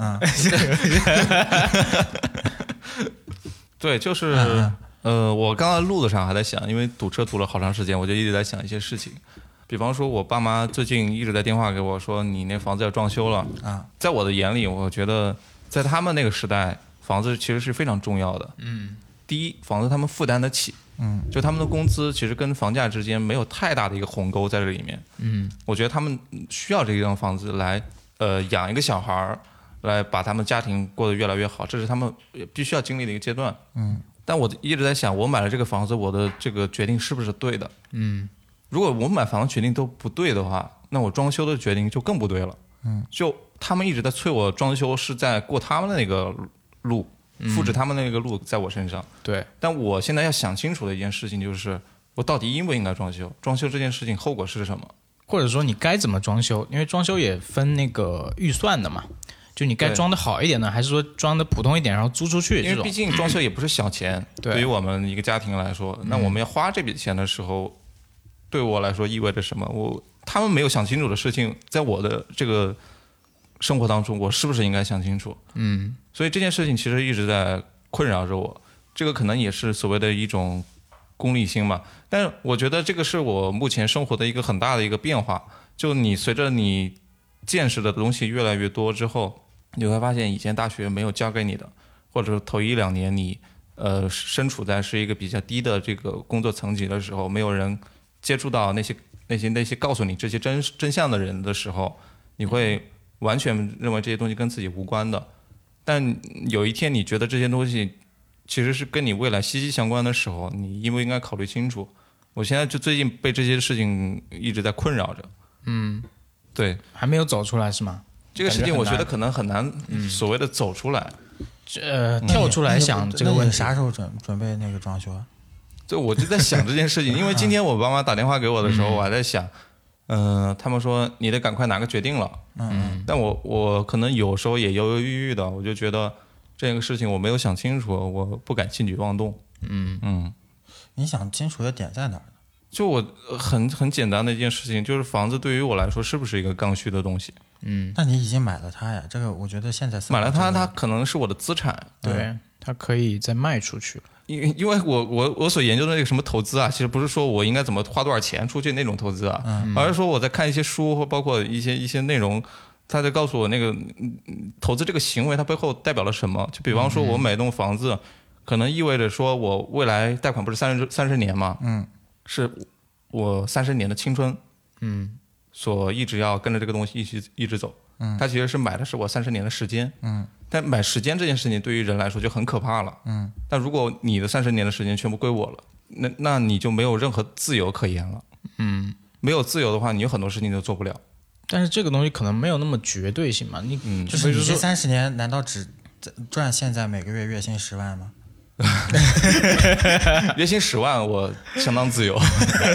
对，就是我刚刚路子上还在想，因为堵车堵了好长时间，我就一直在想一些事情。比方说，我爸妈最近一直在电话给我说，你那房子要装修了啊。在我的眼里，我觉得在他们那个时代，房子其实是非常重要的。第一，房子他们负担得起。就他们的工资其实跟房价之间没有太大的一个鸿沟在这里面。我觉得他们需要这一栋房子来养一个小孩，来把他们家庭过得越来越好，这是他们必须要经历的一个阶段。但我一直在想，我买了这个房子，我的这个决定是不是对的？如果我买房子决定都不对的话，那我装修的决定就更不对了。就他们一直在催我装修，是在过他们的那个路。复制他们那个路在我身上。 对， 但我现在要想清楚的一件事情就是，我到底应不应该装修？装修这件事情后果是什么？ 或者说你该怎么装修？因为装修也分那个预算的嘛，就你该装的好一点呢，还是说装的普通一点，然后租出去？ 因为毕竟装修也不是小钱，对于我们一个家庭来说，那我们要花这笔钱的时候，对我来说意味着什么？他们没有想清楚的事情，在我的这个生活当中，我是不是应该想清楚？所以这件事情其实一直在困扰着我，这个可能也是所谓的一种功利心嘛。但是我觉得这个是我目前生活的一个很大的一个变化。就你随着你见识的东西越来越多之后，你会发现以前大学没有教给你的，或者头1-2年你身处在是一个比较低的这个工作层级的时候，没有人接触到那些告诉你这些真相的人的时候，你会完全认为这些东西跟自己无关的。但有一天你觉得这些东西其实是跟你未来息息相关的时候，你应不应该考虑清楚？我现在就最近被这些事情一直在困扰着。对， 还没有走出来是吗？ 这个事情我觉得可能很难所谓的走出来。 跳出来想这个问题， 啥时候准备那个装修啊？ 对，我就在想这件事情，因为今天我爸妈打电话给我的时候，我还在想。他们说你得赶快拿个决定了。但我可能有时候也犹犹豫豫的，我就觉得这个事情我没有想清楚，我不敢轻举妄动。 你想清楚的点在哪儿呢？ 就我很简单的一件事情，就是房子对于我来说是不是一个刚需的东西？ 那你已经买了它呀，这个我觉得现在买了它，它可能是我的资产。 对，它可以再卖出去。 因为我所研究的那个什么投资啊，其实不是说我应该怎么花多少钱出去那种投资啊，而是说我在看一些书或包括一些内容，他在告诉我那个投资这个行为它背后代表了什么。就比方说我买一栋房子，可能意味着说我未来贷款不是30年嘛，是我30年的青春，所一直要跟着这个东西一直走。它其实是买的是我30年的时间。但买时间这件事情对于人来说就很可怕了。但如果你的30年的时间全部归我了，那你就没有任何自由可言了。没有自由的话，你有很多事情都做不了。 但是这个东西可能没有那么绝对性嘛。 就是你这30年难道赚现在每个月月薪10万吗？ 月薪10万，我相当自由。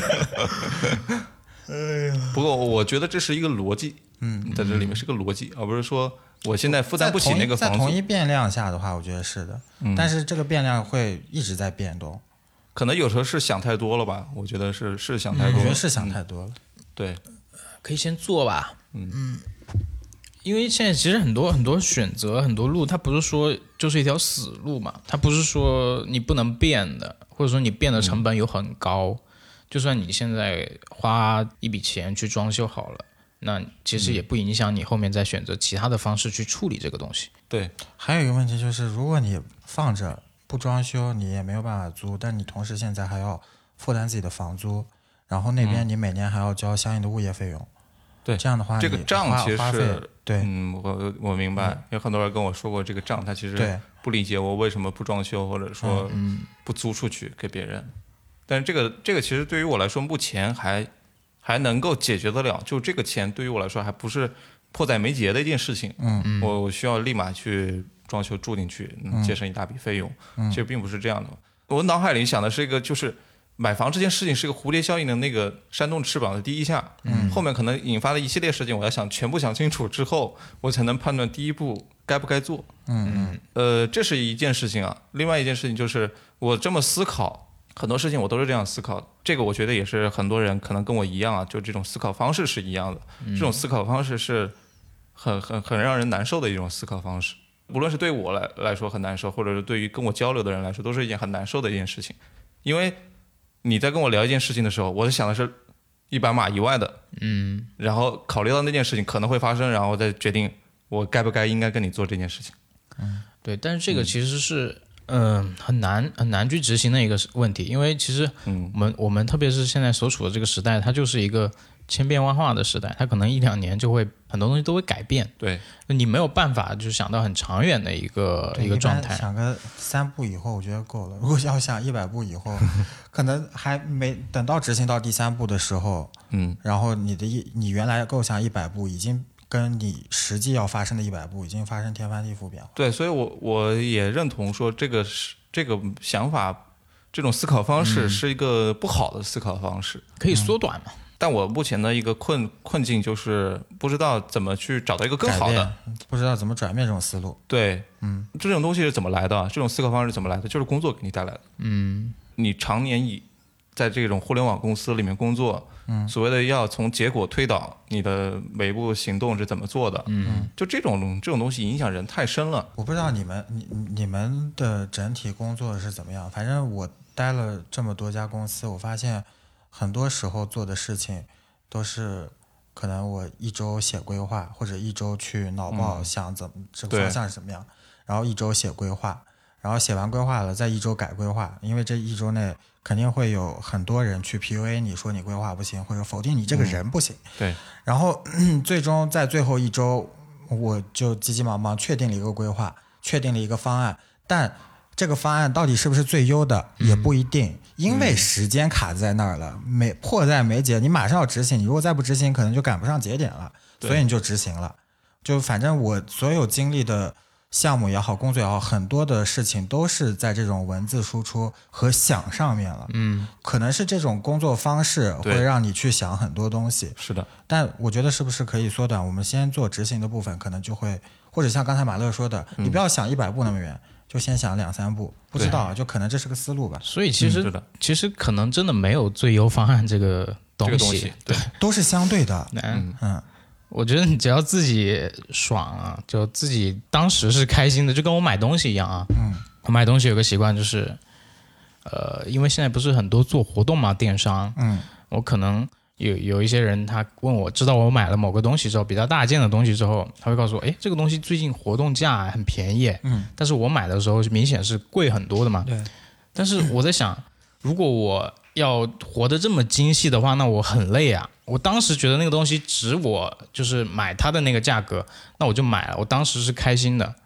不过我觉得这是一个逻辑，在这里面是个逻辑，而不是说我现在负担不起那个房租。 在同一变量下的话，我觉得是的，但是这个变量会一直在变动。 可能有时候是想太多了吧？我觉得是想太多了。 我觉得是想太多了。 对， 可以先做吧。因为现在其实很多选择很多路，它不是说就是一条死路嘛，它不是说你不能变的，或者说你变的成本有很高。就算你现在花一笔钱去装修好了，那其实也不影响你后面再选择其他的方式去处理这个东西。 对， 还有一个问题就是，如果你放着不装修，你也没有办法租，但你同时现在还要负担自己的房租，然后那边你每年还要交相应的物业费用。 对， 这样的话这个账其实是对， 我明白，有很多人跟我说过这个账，他其实不理解我为什么不装修，或者说不租出去给别人。但是这个其实对于我来说，目前还能够解决得了，就这个钱对于我来说还不是迫在眉睫的一件事情。我需要立马去装修住进去，节省一大笔费用。其实并不是这样的。我脑海里想的是一个就是买房这件事情是一个蝴蝶效应的那个扇动翅膀的第一下，后面可能引发的一系列事情，我要全部想清楚之后，我才能判断第一步该不该做。这是一件事情啊。另外一件事情就是我这么思考，很多事情我都是这样思考的。这个我觉得也是很多人可能跟我一样啊，就这种思考方式是一样的。这种思考方式是很让人难受的一种思考方式，无论是对我来说很难受，或者是对于跟我交流的人来说，都是一件很难受的一件事情。因为你在跟我聊一件事情的时候，我想的是100码以外的，然后考虑到那件事情可能会发生，然后再决定我应该跟你做这件事情。 对，但是这个其实是很难去执行的一个问题，因为其实我们特别是现在所处的这个时代，它就是一个千变万化的时代，它可能1-2年就会很多东西都会改变。 对， 你没有办法就是想到很长远的一个状态。 想个3步以后我觉得够了，如果要想100步以后可能还没等到执行到第3步的时候，然后你原来构想100步已经跟你实际要发生的100步已经发生天翻地覆变化。 对，所以我也认同说这个想法，这种思考方式是一个不好的思考方式， 可以缩短嘛。 但我目前的一个困境就是不知道怎么去找到一个更好的， 不知道怎么转变这种思路。 对，这种东西是怎么来的？这种思考方式是怎么来的？就是工作给你带来的。你常年在这种互联网公司里面工作，所谓的要从结果推导你的每一步行动是怎么做的，就这种东西影响人太深了。 我不知道你们的整体工作是怎么样，反正我待了这么多家公司，我发现很多时候做的事情都是可能我1周写规划，或者1周去脑爆想这个方向是怎么样，然后1周写规划，然后写完规划了再1周改规划，因为这1周内肯定会有很多人去 PUA 你说你规划不行，或者否定你这个人不行。 对， 然后最终在最后1周我就急急忙忙确定了一个规划，确定了一个方案，但这个方案到底是不是最优的也不一定，因为时间卡在那儿了，迫在眉睫，你马上要执行，你如果再不执行可能就赶不上节点了，所以你就执行了。就反正我所有经历的项目也好，工作也好，很多的事情都是在这种文字输出和想上面了。可能是这种工作方式会让你去想很多东西。 是的， 但我觉得是不是可以缩短，我们先做执行的部分，可能就会，或者像刚才马乐说的，你不要想100步那么远，就先想2-3步，不知道啊，就可能这是个思路吧。 所以其实可能真的没有最优方案这个东西， 对， 都是相对的。 我觉得你只要自己爽啊，就自己当时是开心的，就跟我买东西一样啊。我买东西有个习惯就是，因为现在不是很多做活动嘛，电商，我可能有一些人他问我，知道我买了某个东西之后，比较大件的东西之后，他会告诉我，哎，这个东西最近活动价很便宜，但是我买的时候明显是贵很多的嘛。 对。 但是我在想，如果我要活得这么精细的话，那我很累啊。我当时觉得那个东西值我就是买它的那个价格，那我就买了。我当时是开心的，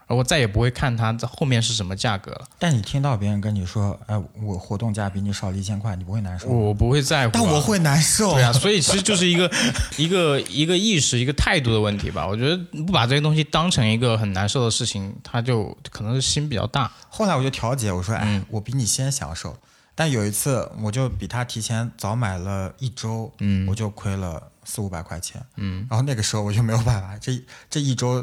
而我再也不会看它后面是什么价格了。 但你听到别人跟你说，哎，我活动价比你少了1000块，你不会难受吗？ 我不会在乎， 但我会难受。 对啊，所以其实就是一个意识、一个态度的问题吧。我觉得不把这些东西当成一个很难受的事情，他就可能是心比较大。 后来我就调节，我说，哎，我比你先享受。但有一次，我就比他提前早买了1周，我就亏了400-500块钱，然后那个时候我就没有办法，这一周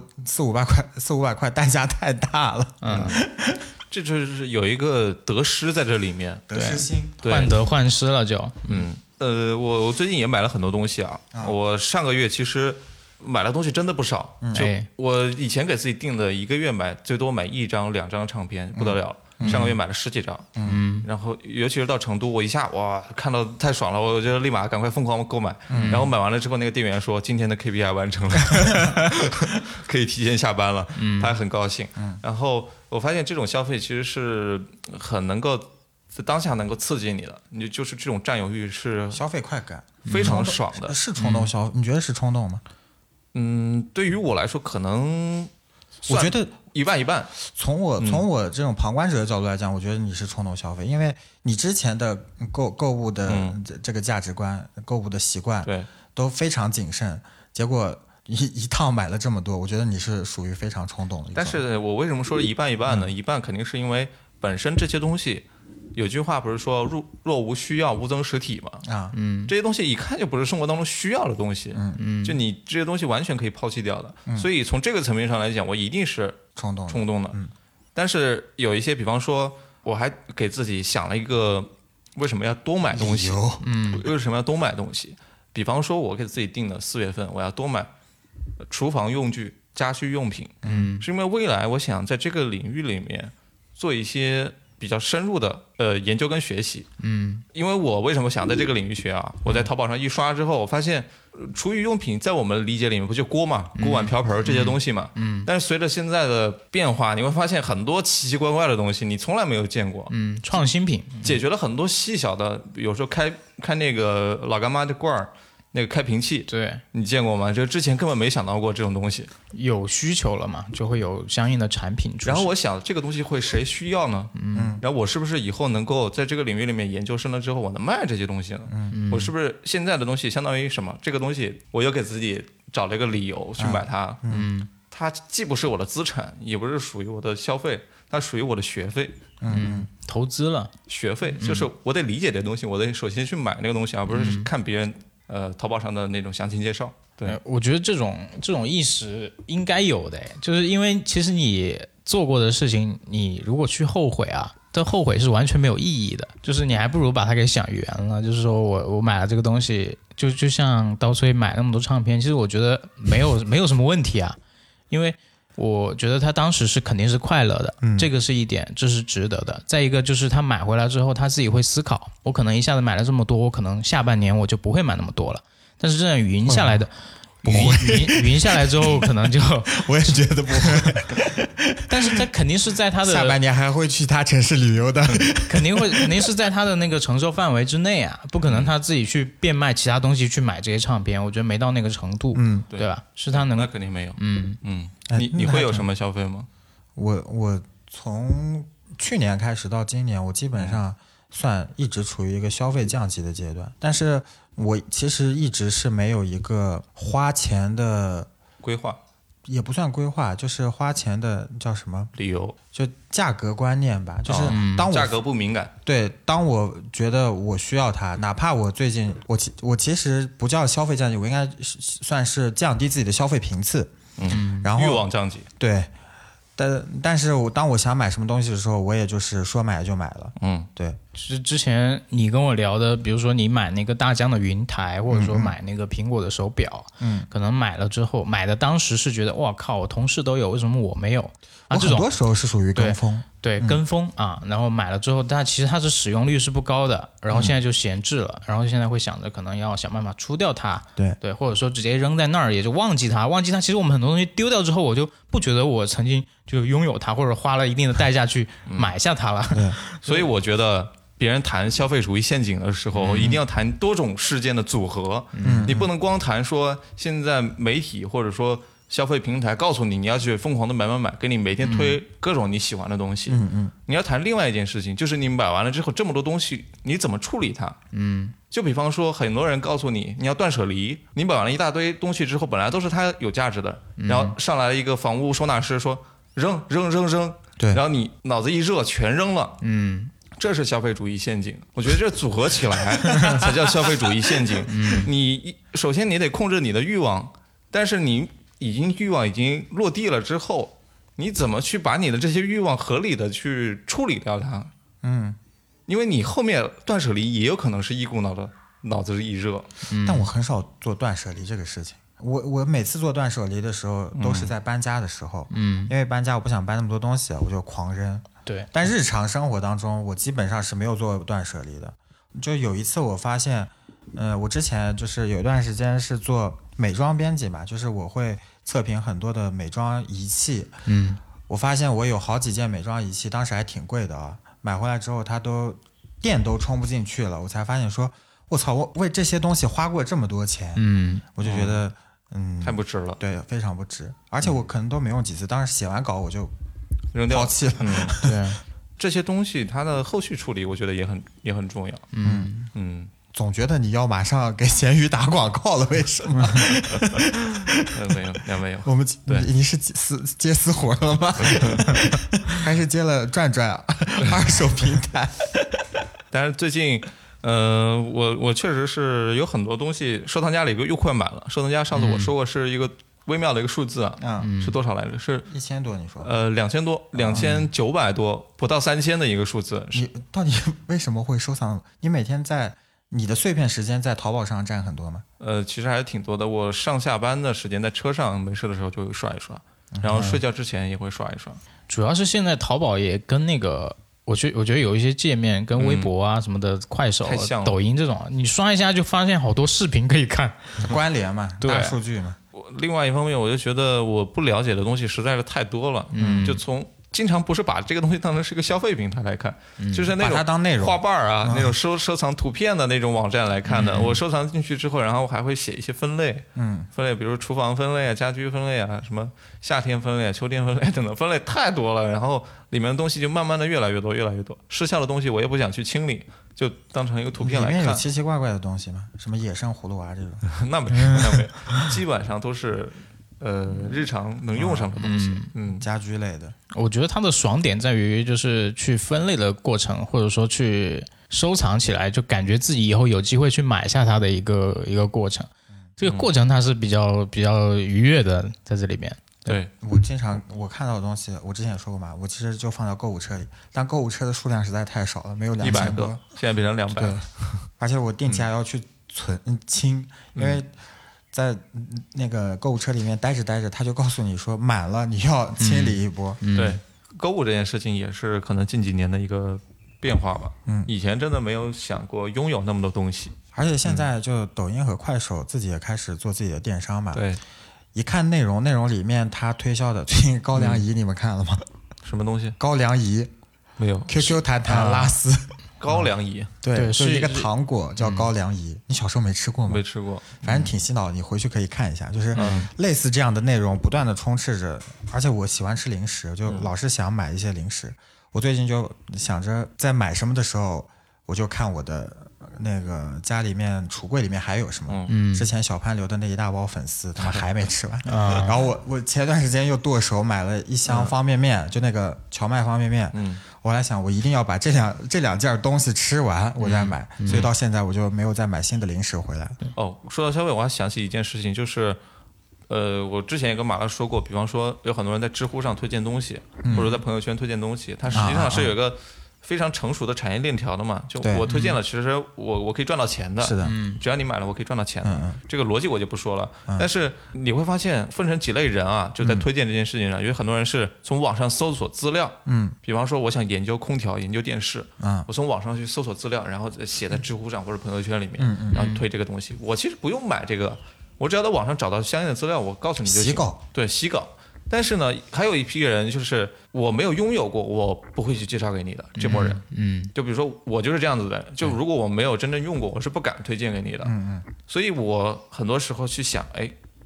400-500块代价太大了， 这就是有一个得失在这里面， 得失心， 患得患失了就， 我最近也买了很多东西啊，我上个月其实买的东西真的不少，就我以前给自己定的1个月最多买1张2张唱片不得了。上个月买了10几张，然后尤其是到成都，我一下哇看到太爽了，我就立马赶快疯狂购买，然后买完了之后，那个店员说今天的 KPI 完成了，可以提前下班了，他还很高兴。然后我发现这种消费其实是很能够在当下能够刺激你的，你就是这种占有欲是消费快感， 非常爽的， 是冲动消费，你觉得是冲动吗？ 对于我来说可能。 我觉得一半一半。 从我这种旁观者的角度来讲，我觉得你是冲动消费，因为你之前的购物的这个价值观、购物的习惯， 对， 都非常谨慎，结果一趟买了这么多，我觉得你是属于非常冲动的。 但是我为什么说一半一半呢？一半肯定是因为本身这些东西。有句话不是说若无需要勿增实体嘛？这些东西一看就不是生活当中需要的东西，就你这些东西完全可以抛弃掉的。所以从这个层面上来讲，我一定是冲动的。但是有一些，比方说，我还给自己想了一个为什么要多买东西？为什么要多买东西？比方说，我给自己定的4月份我要多买厨房用具、家居用品，是因为未来我想在这个领域里面做一些。比较深入的研究跟学习，因为我为什么想在这个领域学啊？我在淘宝上一刷之后，我发现厨余用品在我们理解里面不就锅嘛，锅碗瓢盆这些东西嘛，但是随着现在的变化，你会发现很多奇奇怪怪的东西，你从来没有见过， 创新品解决了很多细小的，有时候开那个老干妈的罐儿。那个开瓶器，对你见过吗？就之前根本没想到过这种东西， 有需求了嘛，就会有相应的产品出现。 然后我想，这个东西会谁需要呢？然后我是不是以后能够在这个领域里面研究深了之后，我能卖这些东西呢？我是不是现在的东西相当于什么？这个东西我又给自己找了一个理由去买它。它既不是我的资产，也不是属于我的消费，它属于我的学费。 投资了学费，就是我得理解这东西，我得首先去买那个东西，而不是看别人。淘宝上的那种详情介绍，对， 我觉得这种意识应该有的，就是因为其实你做过的事情，你如果去后悔啊，这后悔是完全没有意义的，就是你还不如把它给想圆了。就是说我买了这个东西，就像刀崔买那么多唱片，其实我觉得没有什么问题啊，因为我觉得他当时是肯定是快乐的，这个是一点，这是值得的。再一个就是他买回来之后，他自己会思考，我可能一下子买了这么多，我可能下半年我就不会买那么多了。但是这样匀下来的，匀下来之后，可能就我也觉得不会。 但是他肯定是在他的下半年还会去他城市旅游的， 肯定是在他的那个承受范围之内啊，不可能他自己去变卖其他东西去买这些唱片，我觉得没到那个程度，对吧？是他能， 那肯定没有，你会有什么消费吗？ 我从去年开始到今年，我基本上算一直处于一个消费降级的阶段，但是我其实一直是没有一个花钱的规划， 也不算规划，就是花钱的叫什么理由， 就价格观念吧。就是当我价格不敏感， 对，当我觉得我需要它，哪怕我最近我其实不叫消费降级，我应该算是降低自己的消费频次，然后欲望降级， 对。但是当我想买什么东西的时候，我也就是说买就买了。对。 之前你跟我聊的，比如说你买那个大疆的云台，或者说买那个苹果的手表，可能买了之后，买的当时是觉得哇靠，我同事都有，为什么我没有？ 我很多时候是属于跟风。 对，跟风啊，然后买了之后，但其实它的使用率是不高的，然后现在就闲置了，然后现在会想着可能要想办法出掉它，对，或者说直接扔在那儿，也就忘记它。其实我们很多东西丢掉之后，我就不觉得我曾经就拥有它，或者花了一定的代价去买下它了。 所以我觉得别人谈消费主义陷阱的时候，一定要谈多种事件的组合。你不能光谈说现在媒体或者说消费平台告诉你要去疯狂的买，给你每天推各种你喜欢的东西。你要谈另外一件事情，就是你买完了之后这么多东西，你怎么处理它？就比方说很多人告诉你要断舍离，你买完了一大堆东西之后，本来都是它有价值的，然后上来一个房屋收纳师说扔， 对， 然后你脑子一热全扔了。这是消费主义陷阱，我觉得这组合起来才叫消费主义陷阱。你首先你得控制你的欲望，但是你欲望已经落地了之后，你怎么去把你的这些欲望合理的去处理掉它？因为你后面断舍离也有可能是一股脑子一热。 但我很少做断舍离这个事情。我每次做断舍离的时候都是在搬家的时候，因为搬家我不想搬那么多东西，我就狂扔。 对， 但日常生活当中我基本上是没有做断舍离的。就有一次我发现，我之前就是有一段时间是做美妆编辑嘛，就是我会测评很多的美妆仪器。我发现我有好几件美妆仪器，当时还挺贵的啊，买回来之后它电都充不进去了，我才发现说我操，我为这些东西花过这么多钱。我就觉得太不值了。 对，非常不值。而且我可能都没用几次，当时写完稿我就扔掉抛弃了。 对， 这些东西它的后续处理我觉得也很重要。 总觉得你要马上给闲鱼打广告了，为什么？ 没有。 我们你是接私活了吗？还是接了转二手平台？ 但是最近，我确实是有很多东西，收藏夹里又快满了。收藏夹上次我说过是一个微妙的一个数字啊，是多少来着？是 1000多，你说 ？2000多，2900多，不到3000的一个数字。 你到底为什么会收藏？你每天在你的碎片时间在淘宝上占很多吗？ 其实还是挺多的。我上下班的时间在车上没事的时候就会刷一刷，然后睡觉之前也会刷一刷。 主要是现在淘宝也跟那个。我觉得有一些界面跟微博啊什么的，快手、抖音这种，你刷一下就发现好多视频可以看， 关联嘛，大数据嘛。 另外一方面，我就觉得我不了解的东西实在是太多了，就经常不是把这个东西当成是一个消费平台来看，就是那种把它当内容画瓣啊，那种收藏图片的那种网站来看的。我收藏进去之后，然后我还会写一些分类，分类，比如厨房分类啊、家居分类啊、什么夏天分类、秋天分类等等，分类太多了，然后里面的东西就慢慢的越来越多，失效的东西我也不想去清理，就当成一个图片来看。 里面有奇奇怪怪的东西吗？什么野生葫芦娃这种？ 那没有，基本上都是。日常能用上的东西， 家居类的。 我觉得它的爽点在于就是去分类的过程，或者说去收藏起来，就感觉自己以后有机会去买下它的一个过程。这个过程它是比较愉悦的，在这里面。 对， 我看到的东西，我之前也说过嘛，我其实就放到购物车里，但购物车的数量实在太少了，没有2000多， 现在变成200了。 而且我定期还要去清，因为在那个购物车里面待着，他就告诉你说满了，你要清理一波。 对，购物这件事情也是可能近几年的一个变化吧。以前真的没有想过拥有那么多东西， 而且现在就抖音和快手自己也开始做自己的电商嘛。 对， 一看内容里面他推销的最近高粱饴，你们看了吗？ 什么东西？ 高粱饴没有 ？QQ 弹拉丝。 高粱饴， 对，是一个糖果叫高粱饴。你小时候没吃过吗？ 没吃过， 反正挺洗脑，你回去可以看一下，就是类似这样的内容不断的充斥着。而且我喜欢吃零食，就老是想买一些零食。我最近就想着在买什么的时候，我就看我的那个家里面橱柜里面还有什么。之前小潘留的那一大包粉丝，他妈还没吃完。然后我前段时间又剁手买了一箱方便面，就那个荞麦方便面。我来想，我一定要把这两件东西吃完，我再买。所以到现在我就没有再买新的零食回来。 说到消费，我还想起一件事情，就是我之前也跟马拉说过，比方说有很多人在知乎上推荐东西，或者在朋友圈推荐东西，它实际上是有一个非常成熟的产业链条的嘛。就我推荐了，其实我可以赚到钱的。 是的， 只要你买了，我可以赚到钱的。这个逻辑我就不说了。但是你会发现分成几类人啊，就在推荐这件事情上，有很多人是从网上搜索资料。比方说我想研究空调、研究电视，我从网上去搜索资料，然后写在知乎上或者朋友圈里面，然后推这个东西。我其实不用买这个，我只要在网上找到相应的资料，我告诉你就行。 洗稿， 对，洗稿。但是呢，还有一批人就是我没有拥有过，我不会去介绍给你的这波人。就比如说我就是这样子的，就如果我没有真正用过，我是不敢推荐给你的。所以我很多时候去想，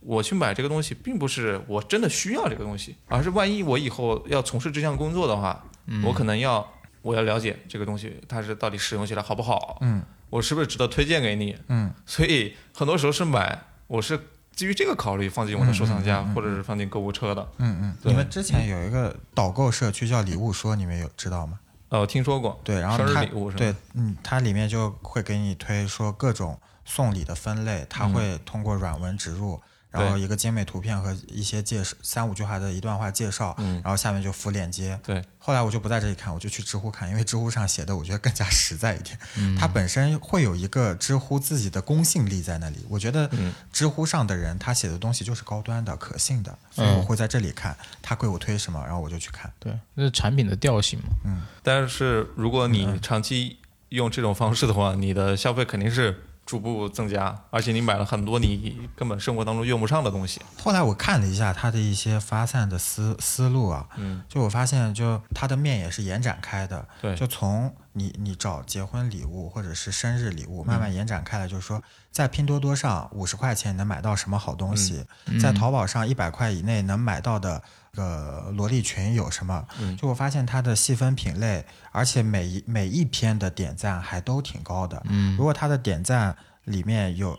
我去买这个东西，并不是我真的需要这个东西，而是万一我以后要从事这项工作的话，我可能我要了解这个东西它是到底使用起来好不好，我是不是值得推荐给你，所以很多时候是我是基于这个考虑放进我的收藏夹，或者是放进购物车的。 你们之前有一个导购社区叫礼物说，你们知道吗？ 我听说过。 对，然后生日礼物是吧？ 对，它里面就会给你推说各种送礼的分类，它会通过软文植入，然后一个精美图片和一些介绍3-5句话的一段话介绍，然后下面就附链接。 对， 后来我就不在这里看，我就去知乎看，因为知乎上写的我觉得更加实在一点。它本身会有一个知乎自己的公信力在那里，我觉得知乎上的人他写的东西就是高端的、可信的，所以我会在这里看他给我推什么，然后我就去看。 对，这是产品的调性嘛。 但是如果你长期用这种方式的话，你的消费肯定是逐步增加，而且你买了很多你根本生活当中用不上的东西。 后来我看了一下他的一些发散的思路啊，就我发现就他的面也是延展开的， 对， 就从你找结婚礼物或者是生日礼物慢慢延展开来，就是说在拼多多上50块钱能买到什么好东西，在淘宝上100块以内能买到的萝莉裙有什么，就我发现它的细分品类，而且每一篇的点赞还都挺高的。如果它的点赞里面有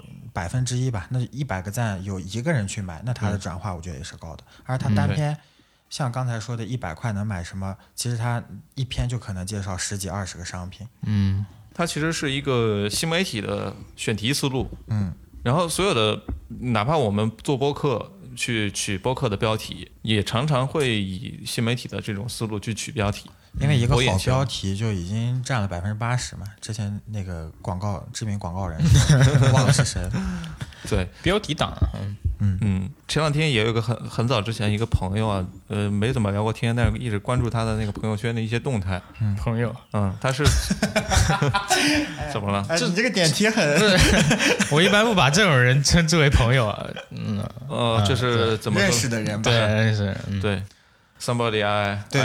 1%吧，那100个赞有1个人去买，那它的转化我觉得也是高的。而它单篇像刚才说的100块能买什么，其实它一篇就可能介绍10几20个商品。 它其实是一个新媒体的选题思路。然后所有的哪怕我们做播客去取播客的标题，也常常会以新媒体的这种思路去取标题， 因为一个好标题就已经占了80%嘛。之前那个知名广告人忘了是谁了。 对， 标题党。 前两天也有一个很早之前一个朋友啊，没怎么聊过天，但是一直关注他的那个朋友圈的一些动态。 朋友， 他是怎么了？ 你这个点题很我一般不把这种人称之为朋友啊。 这是怎么认识的人吧？ 对，认识。 对 ，somebody I 对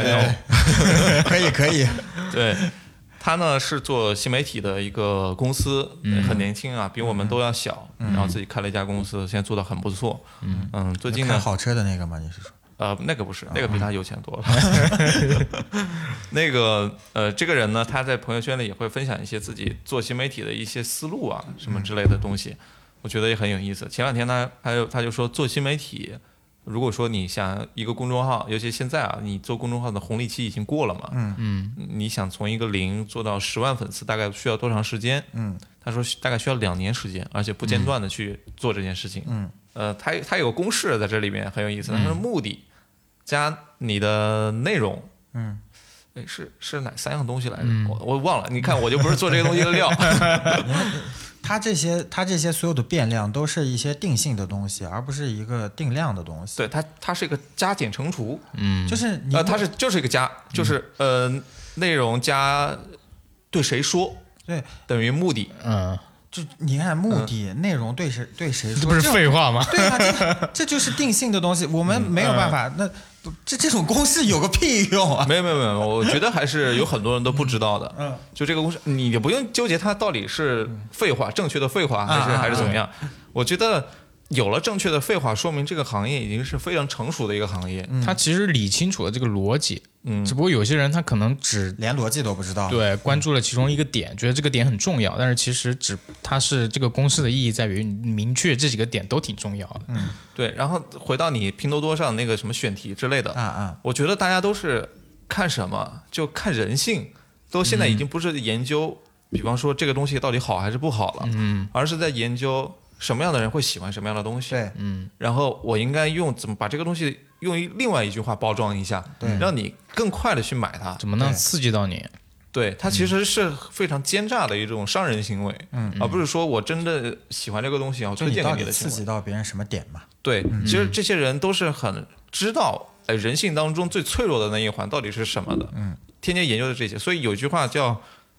know 可以。 对。他呢是做新媒体的一个公司，很年轻啊，比我们都要小，然后自己开了一家公司，现在做得很不错。最近呢， 开好车的那个吗？你是说？ 那个不是，那个比他有钱多了。那个这个人呢，他在朋友圈里也会分享一些自己做新媒体的一些思路啊，什么之类的东西，我觉得也很有意思。前两天他就说做新媒体。如果说你想一个公众号，尤其现在啊，你做公众号的红利期已经过了嘛，你想从一个0做到10万粉丝，大概需要多长时间？他说大概需要2年时间，而且不间断的去做这件事情。他有个公式在这里面很有意思，他说目的加你的内容，是哪3样东西来着？我忘了，你看我就不是做这个东西的料。 它这些所有的变量都是一些定性的东西，而不是一个定量的东西。 对，它是一个加减乘除， 就是它就是一个加，就是内容加对谁说， 对， 等于目的。 就你看目的、内容对谁说， 这不是废话吗？ 对啊，这就是定性的东西，我们没有办法。那这种公式有个屁用啊！ 没有，我觉得还是有很多人都不知道的。就这个公式，你也不用纠结它到底是废话，正确的废话还是怎么样。我觉得有了正确的废话，说明这个行业已经是非常成熟的一个行业。 他其实理清楚了这个逻辑，只不过有些人他可能连逻辑都不知道， 对，关注了其中一个点，觉得这个点很重要，但是其实它是这个公式的意义在于明确这几个点都挺重要的。 对。然后回到你拼多多上那个什么选题之类的，我觉得大家都是看什么就看人性，都现在已经不是研究，比方说这个东西到底好还是不好了，而是在研究什么样的人会喜欢什么样的东西。 对， 然后我应该怎么把这个东西用另外一句话包装一下，让你更快的去买它， 怎么能刺激到你？ 对，它其实是非常奸诈的一种商人行为，而不是说我真的喜欢这个东西，要推荐给你的行为。 刺激到别人什么点嘛？ 对，其实这些人都是很知道，人性当中最脆弱的那一环到底是什么的，天天研究的这些。所以有句话叫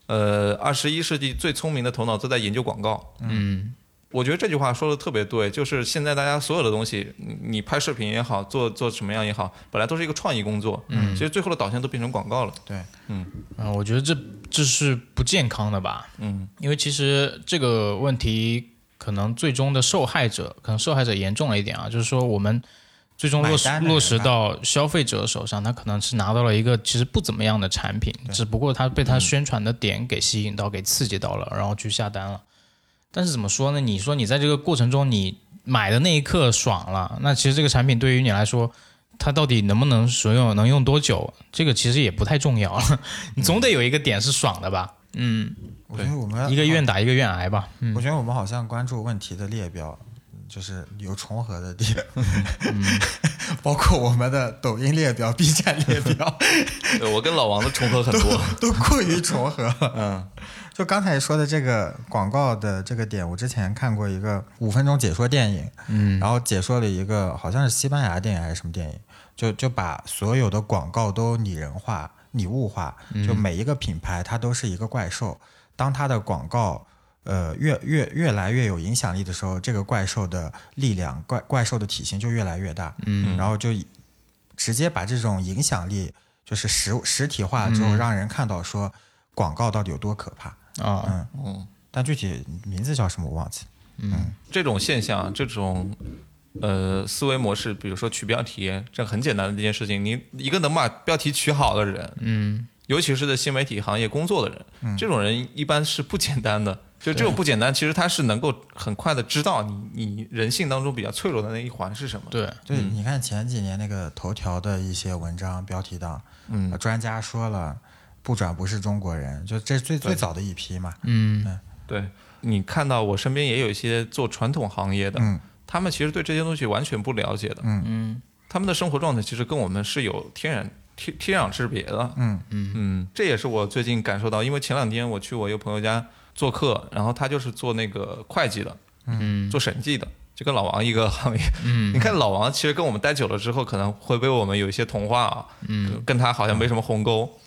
，21世纪最聪明的头脑都在研究广告。我觉得这句话说的特别对，就是现在大家所有的东西，你拍视频也好，做什么样也好，本来都是一个创意工作，其实最后的导向都变成广告了。 对， 我觉得这是不健康的吧，因为其实这个问题可能最终的受害者，可能受害者严重了一点啊，就是说我们最终落实到消费者手上，他可能是拿到了一个其实不怎么样的产品，只不过他被他宣传的点给吸引到，给刺激到了，然后去下单了。但是怎么说呢？你说你在这个过程中，你买的那一刻爽了，那其实这个产品对于你来说，它到底能不能使用，能用多久，这个其实也不太重要了。你总得有一个点是爽的吧？ 我觉得我们一个愿打一个愿挨吧。 我觉得我们好像关注问题的列表，就是有重合的地方，包括我们的抖音列表、B 站列表， 对，我跟老王的重合很多， 都过于重合了。就刚才说的这个广告的这个点，我之前看过一个5分钟解说电影，然后解说了一个好像是西班牙电影还是什么电影，就把所有的广告都拟人化、拟物化，就每一个品牌它都是一个怪兽，当它的广告越来越有影响力的时候，这个怪兽的力量、怪兽的体型就越来越大，然后就直接把这种影响力就是实体化之后，让人看到说广告到底有多可怕。但具体名字叫什么我忘记了。 这种现象，这种思维模式，比如说取标题，这很简单的一件事情。你一个能把标题取好的人，尤其是在新媒体行业工作的人，这种人一般是不简单的。就这种不简单，其实他是能够很快的知道你人性当中比较脆弱的那一环是什么。 对， 你看前几年那个头条的一些文章标题党，专家说了。不转不是中国人，就这最早的一批嘛。 对，你看到我身边也有一些做传统行业的，他们其实对这些东西完全不了解的。他们的生活状态其实跟我们是有天壤之别的。这也是我最近感受到，因为前2天我去我一个朋友家做客，然后他就是做那个会计的，做审计的。就跟老王一个行业，你看老王其实跟我们待久了之后，可能会被我们有一些同化啊，跟他好像没什么鸿沟。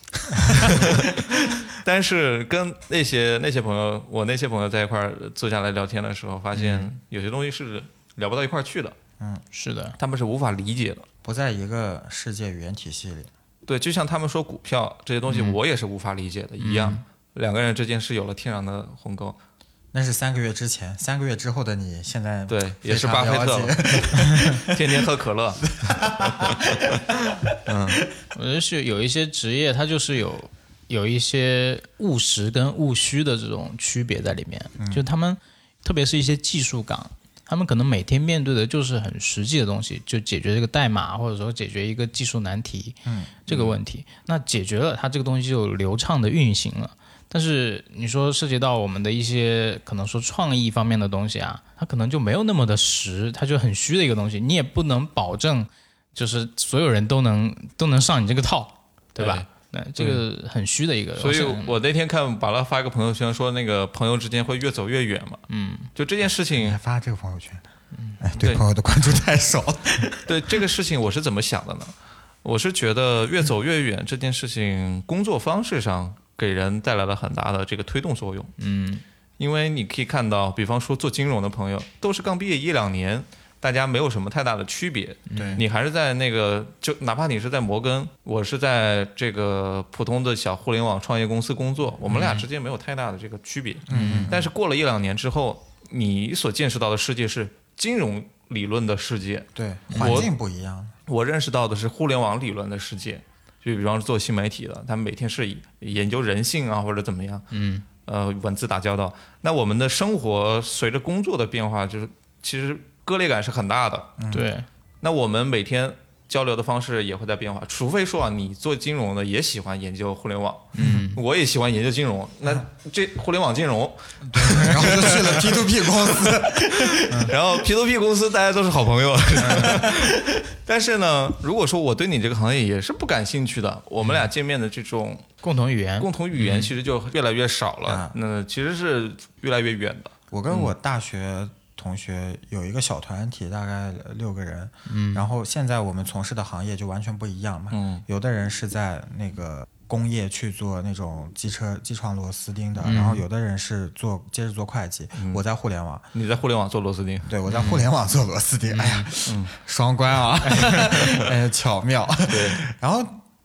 但是跟那些朋友，我那些朋友在一块儿坐下来聊天的时候，发现有些东西是聊不到一块儿去的。 是的， 他们是无法理解的， 不在一个世界语言体系里。 对，就像他们说股票这些东西，我也是无法理解的一样。2个人之间是有了天壤的鸿沟。 那是3个月之前，3个月之后的你现在对也是巴菲特了，天天喝可乐。 我觉得是有一些职业，它就是有一些务实跟务虚的这种区别在里面。就他们，特别是一些技术岗，他们可能每天面对的就是很实际的东西，就解决这个代码，或者说解决一个技术难题，这个问题。那解决了，它这个东西就流畅的运行了。但是你说涉及到我们的一些可能说创意方面的东西啊，它可能就没有那么的实，它就很虚的一个东西，你也不能保证就是所有人都能上你这个套，对吧？对，这个很虚的一个。 所以我那天看巴拉发一个朋友圈说，那个朋友之间会越走越远嘛。就这件事情， 还发这个朋友圈，对朋友的关注太少了。 对这个事情，我是怎么想的呢？我是觉得越走越远这件事情，工作方式上给人带来了很大的这个推动作用。因为你可以看到，比方说做金融的朋友，都是刚毕业1-2年，大家没有什么太大的区别。 对， 你还是在那个，就哪怕你是在摩根，我是在这个普通的小互联网创业公司工作，我们俩之间没有太大的这个区别。但是过了1-2年之后，你所见识到的世界是金融理论的世界， 对，环境不一样。 我认识到的是互联网理论的世界。就比方说做新媒体的，他们每天是研究人性啊，或者怎么样，文字打交道。那我们的生活随着工作的变化，就是其实割裂感是很大的。 对， 那我们每天交流的方式也会在变化，除非说你做金融的也喜欢研究互联网，我也喜欢研究金融，那这互联网金融， 然后就去了 P2P 公司， 然后 P2P 公司大家都是好朋友。但是呢，如果说我对你这个行业也是不感兴趣的，我们俩见面的这种共同语言其实就越来越少了，那其实是越来越远的。 我跟我大学同学有一个小团体，大概6个人，然后现在我们从事的行业就完全不一样嘛。有的人是在那个工业去做那种机床螺丝钉的，然后有的人是接着做会计。我在互联网， 你在互联网做螺丝钉？ 对，我在互联网做螺丝钉。哎呀，双关啊，巧妙。 对， 然后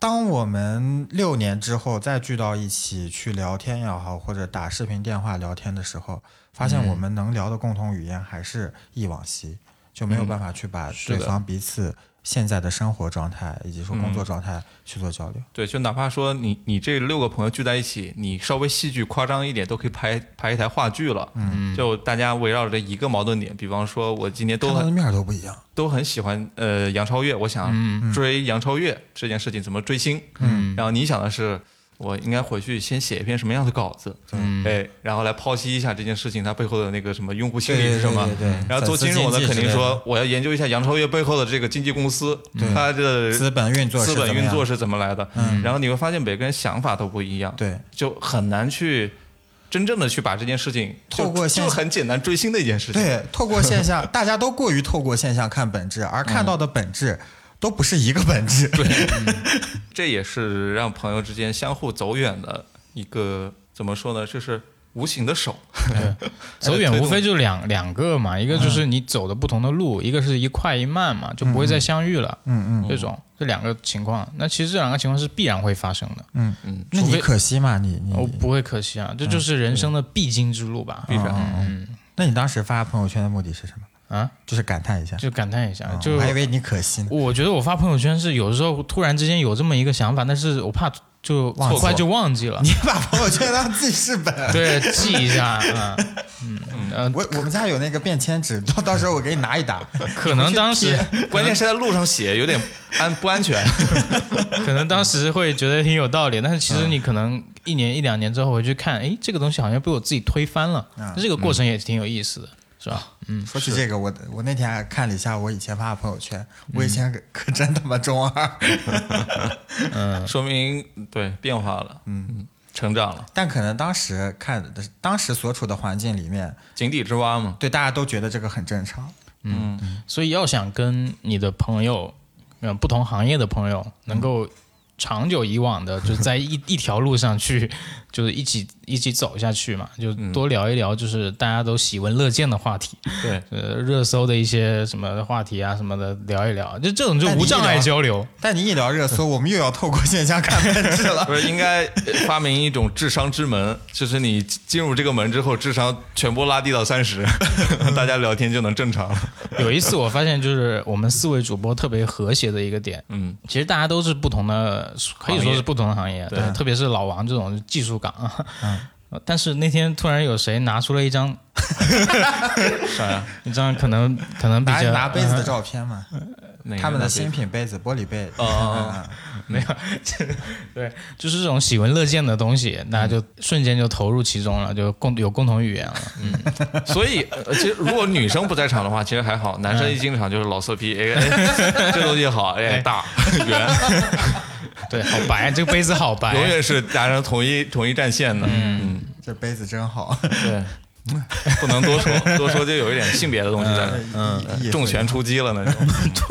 当我们6年之后再聚到一起去聊天也好，或者打视频电话聊天的时候，发现我们能聊的共同语言还是忆往昔，就没有办法去把对方彼此现在的生活状态以及说工作状态去做交流。 对，就哪怕说你这6个朋友聚在一起，你稍微戏剧夸张一点，都可以拍一台话剧了。就大家围绕着一个矛盾点，比方说我今天看到的面都不一样， 都很喜欢杨超越，我想追杨超越这件事情怎么追星。然后你想的是，我应该回去先写一篇什么样的稿子，然后来剖析一下这件事情它背后的那个什么用户心理是什么。 对， 然后做金融的肯定说我要研究一下杨超越背后的这个经纪公司，它的资本运作是怎么来的。然后你会发现每个人想法都不一样， 对， 就很难去真正的去把这件事情透过就很简单追星的一件事情。 对，透过现象，大家都过于透过现象看本质，而看到的本质都不是一个本质。 对，这也是让朋友之间相互走远的一个怎么说呢？就是无形的手。 走远无非就两个嘛，一个就是你走的不同的路，一个是一快一慢嘛，就不会再相遇了。这2个情况，那其实这2个情况是必然会发生的。 那你可惜吗？ 我不会可惜啊，这就是人生的必经之路吧。 必然。 那你当时发朋友圈的目的是什么？就是感叹一下， 就我还以为你可惜呢。 我觉得我发朋友圈是有时候突然之间有这么一个想法，但是我怕就很快就忘记了。 你把朋友圈当记事本， 对，记一下。 我们家有那个便签纸，到时候我给你拿一沓。 可能当时关键是在路上写有点不安全。 可能当时会觉得挺有道理，但是其实你可能1年1-2年之后回去看，这个东西好像被我自己推翻了。这个过程也挺有意思的。是吧？ 说起这个，我那天还看了一下我以前发的朋友圈，我以前可真他妈中二。说明对变化了，成长了。 但可能当时当时所处的环境里面， 井底之蛙嘛， 对，大家都觉得这个很正常。 所以要想跟你的朋友，不同行业的朋友能够长久以往的，就在一条路上去，就是一起走下去嘛，就多聊一聊，就是大家都喜闻乐见的话题， 对， 热搜的一些什么话题啊什么的聊一聊，就这种就无障碍交流。 但你一聊热搜，我们又要透过现象看本质了。 不是应该发明一种智商之门，就是你进入这个门之后，智商全部拉低到30，大家聊天就能正常了。 有一次我发现，就是我们4位主播特别和谐的一个点，其实大家都是不同的，可以说是不同的行业，对，特别是老王这种技术岗。但是那天突然有谁拿出了一张啥呀？ 一张可能比较拿杯子的照片嘛，他们的新品杯子，玻璃杯。 没有，对，就是这种喜闻乐见的东西，大家就瞬间就投入其中了，就有共同语言了。 所以其实如果女生不在场的话，其实还好，男生一进场就是老色批，这东西好，大圆。 对，好白，这个杯子好白， 永远是达成同一战线的。 这杯子真好。 对，不能多说就有一点性别的东西在那，重拳出击了那种。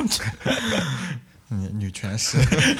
女权是。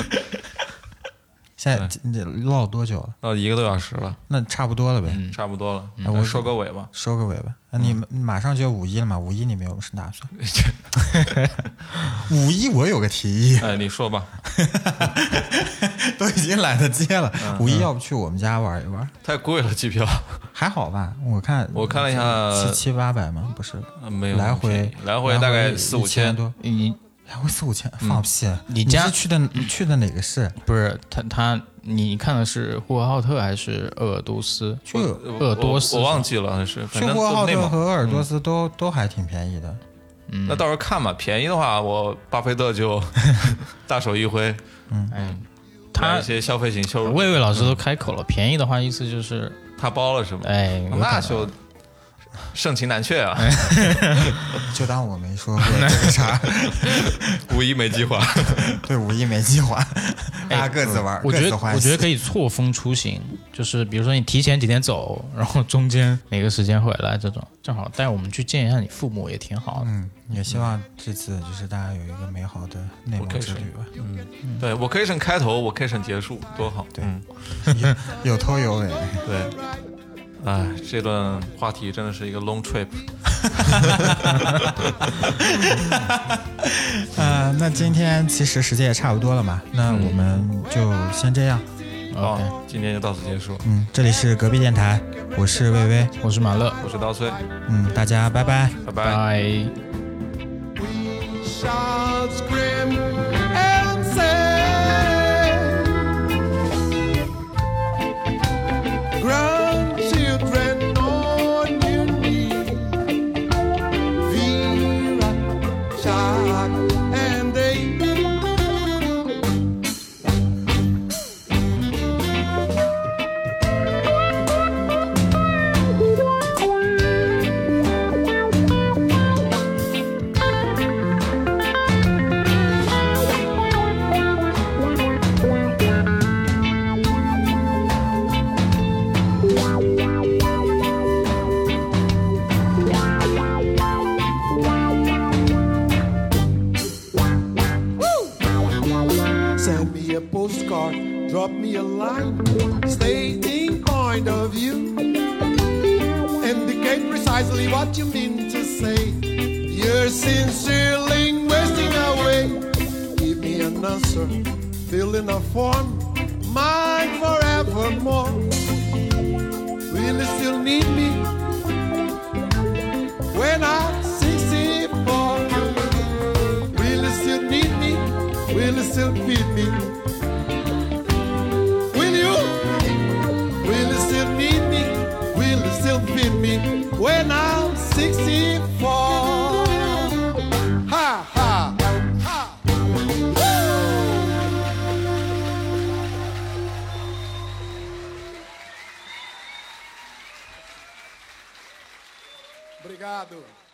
现在你唠多久了？ 唠1个多小时了， 那差不多了呗。 差不多了，我收个尾吧。 收个尾吧。那你马上就5·1了嘛？5·1你们有什么打算？5·1我有个提议。 你说吧。 都已经懒得接了。5·1要不去我们家玩一玩？ 太贵了，机票。 还好吧？我看了一下 ，700-800吗？不是， 没有来回大概4-5千多。来回4-5千，放屁！ 你家去的哪个市？ 不是你看的是呼和浩特还是鄂尔多斯？鄂尔多斯， 我忘记了，是。 去呼和浩特和鄂尔多斯都还挺便宜的。 那到时候看吧，便宜的话，我巴菲特就大手一挥。他一些消费型收入， 魏老师都开口了，便宜的话意思就是他包了是吗？那就盛情难却啊。 就当我没说过这个啥。 5·1没计划。 对，5·1没计划，大家各自玩。 我觉得可以错峰出行，就是比如说你提前几天走，然后中间哪个时间回来，这种正好带我们去见一下你父母也挺好的。 也希望这次就是大家有一个美好的内蒙之旅吧。 对，vacation 开头，vacation 结束，多好。 对，有头有尾。 对。这段话题真的是一个 long trip。 那今天其实时间也差不多了嘛，那我们就先这样。 好，今天就到此结束。 这里是隔壁电台，我是魏巍， 我是马乐， 我是刀崔。 大家拜拜， 拜拜。 Drop me a line stating point of view. Indicate precisely what you mean to say. You're sincerely wasting away. Give me an answer, fill in a form, mine forevermore. Will you still need me when I'm 64? Will you still need me? Will you still feed me? Feed me when I'm 64. Ha ha ha. Obrigado.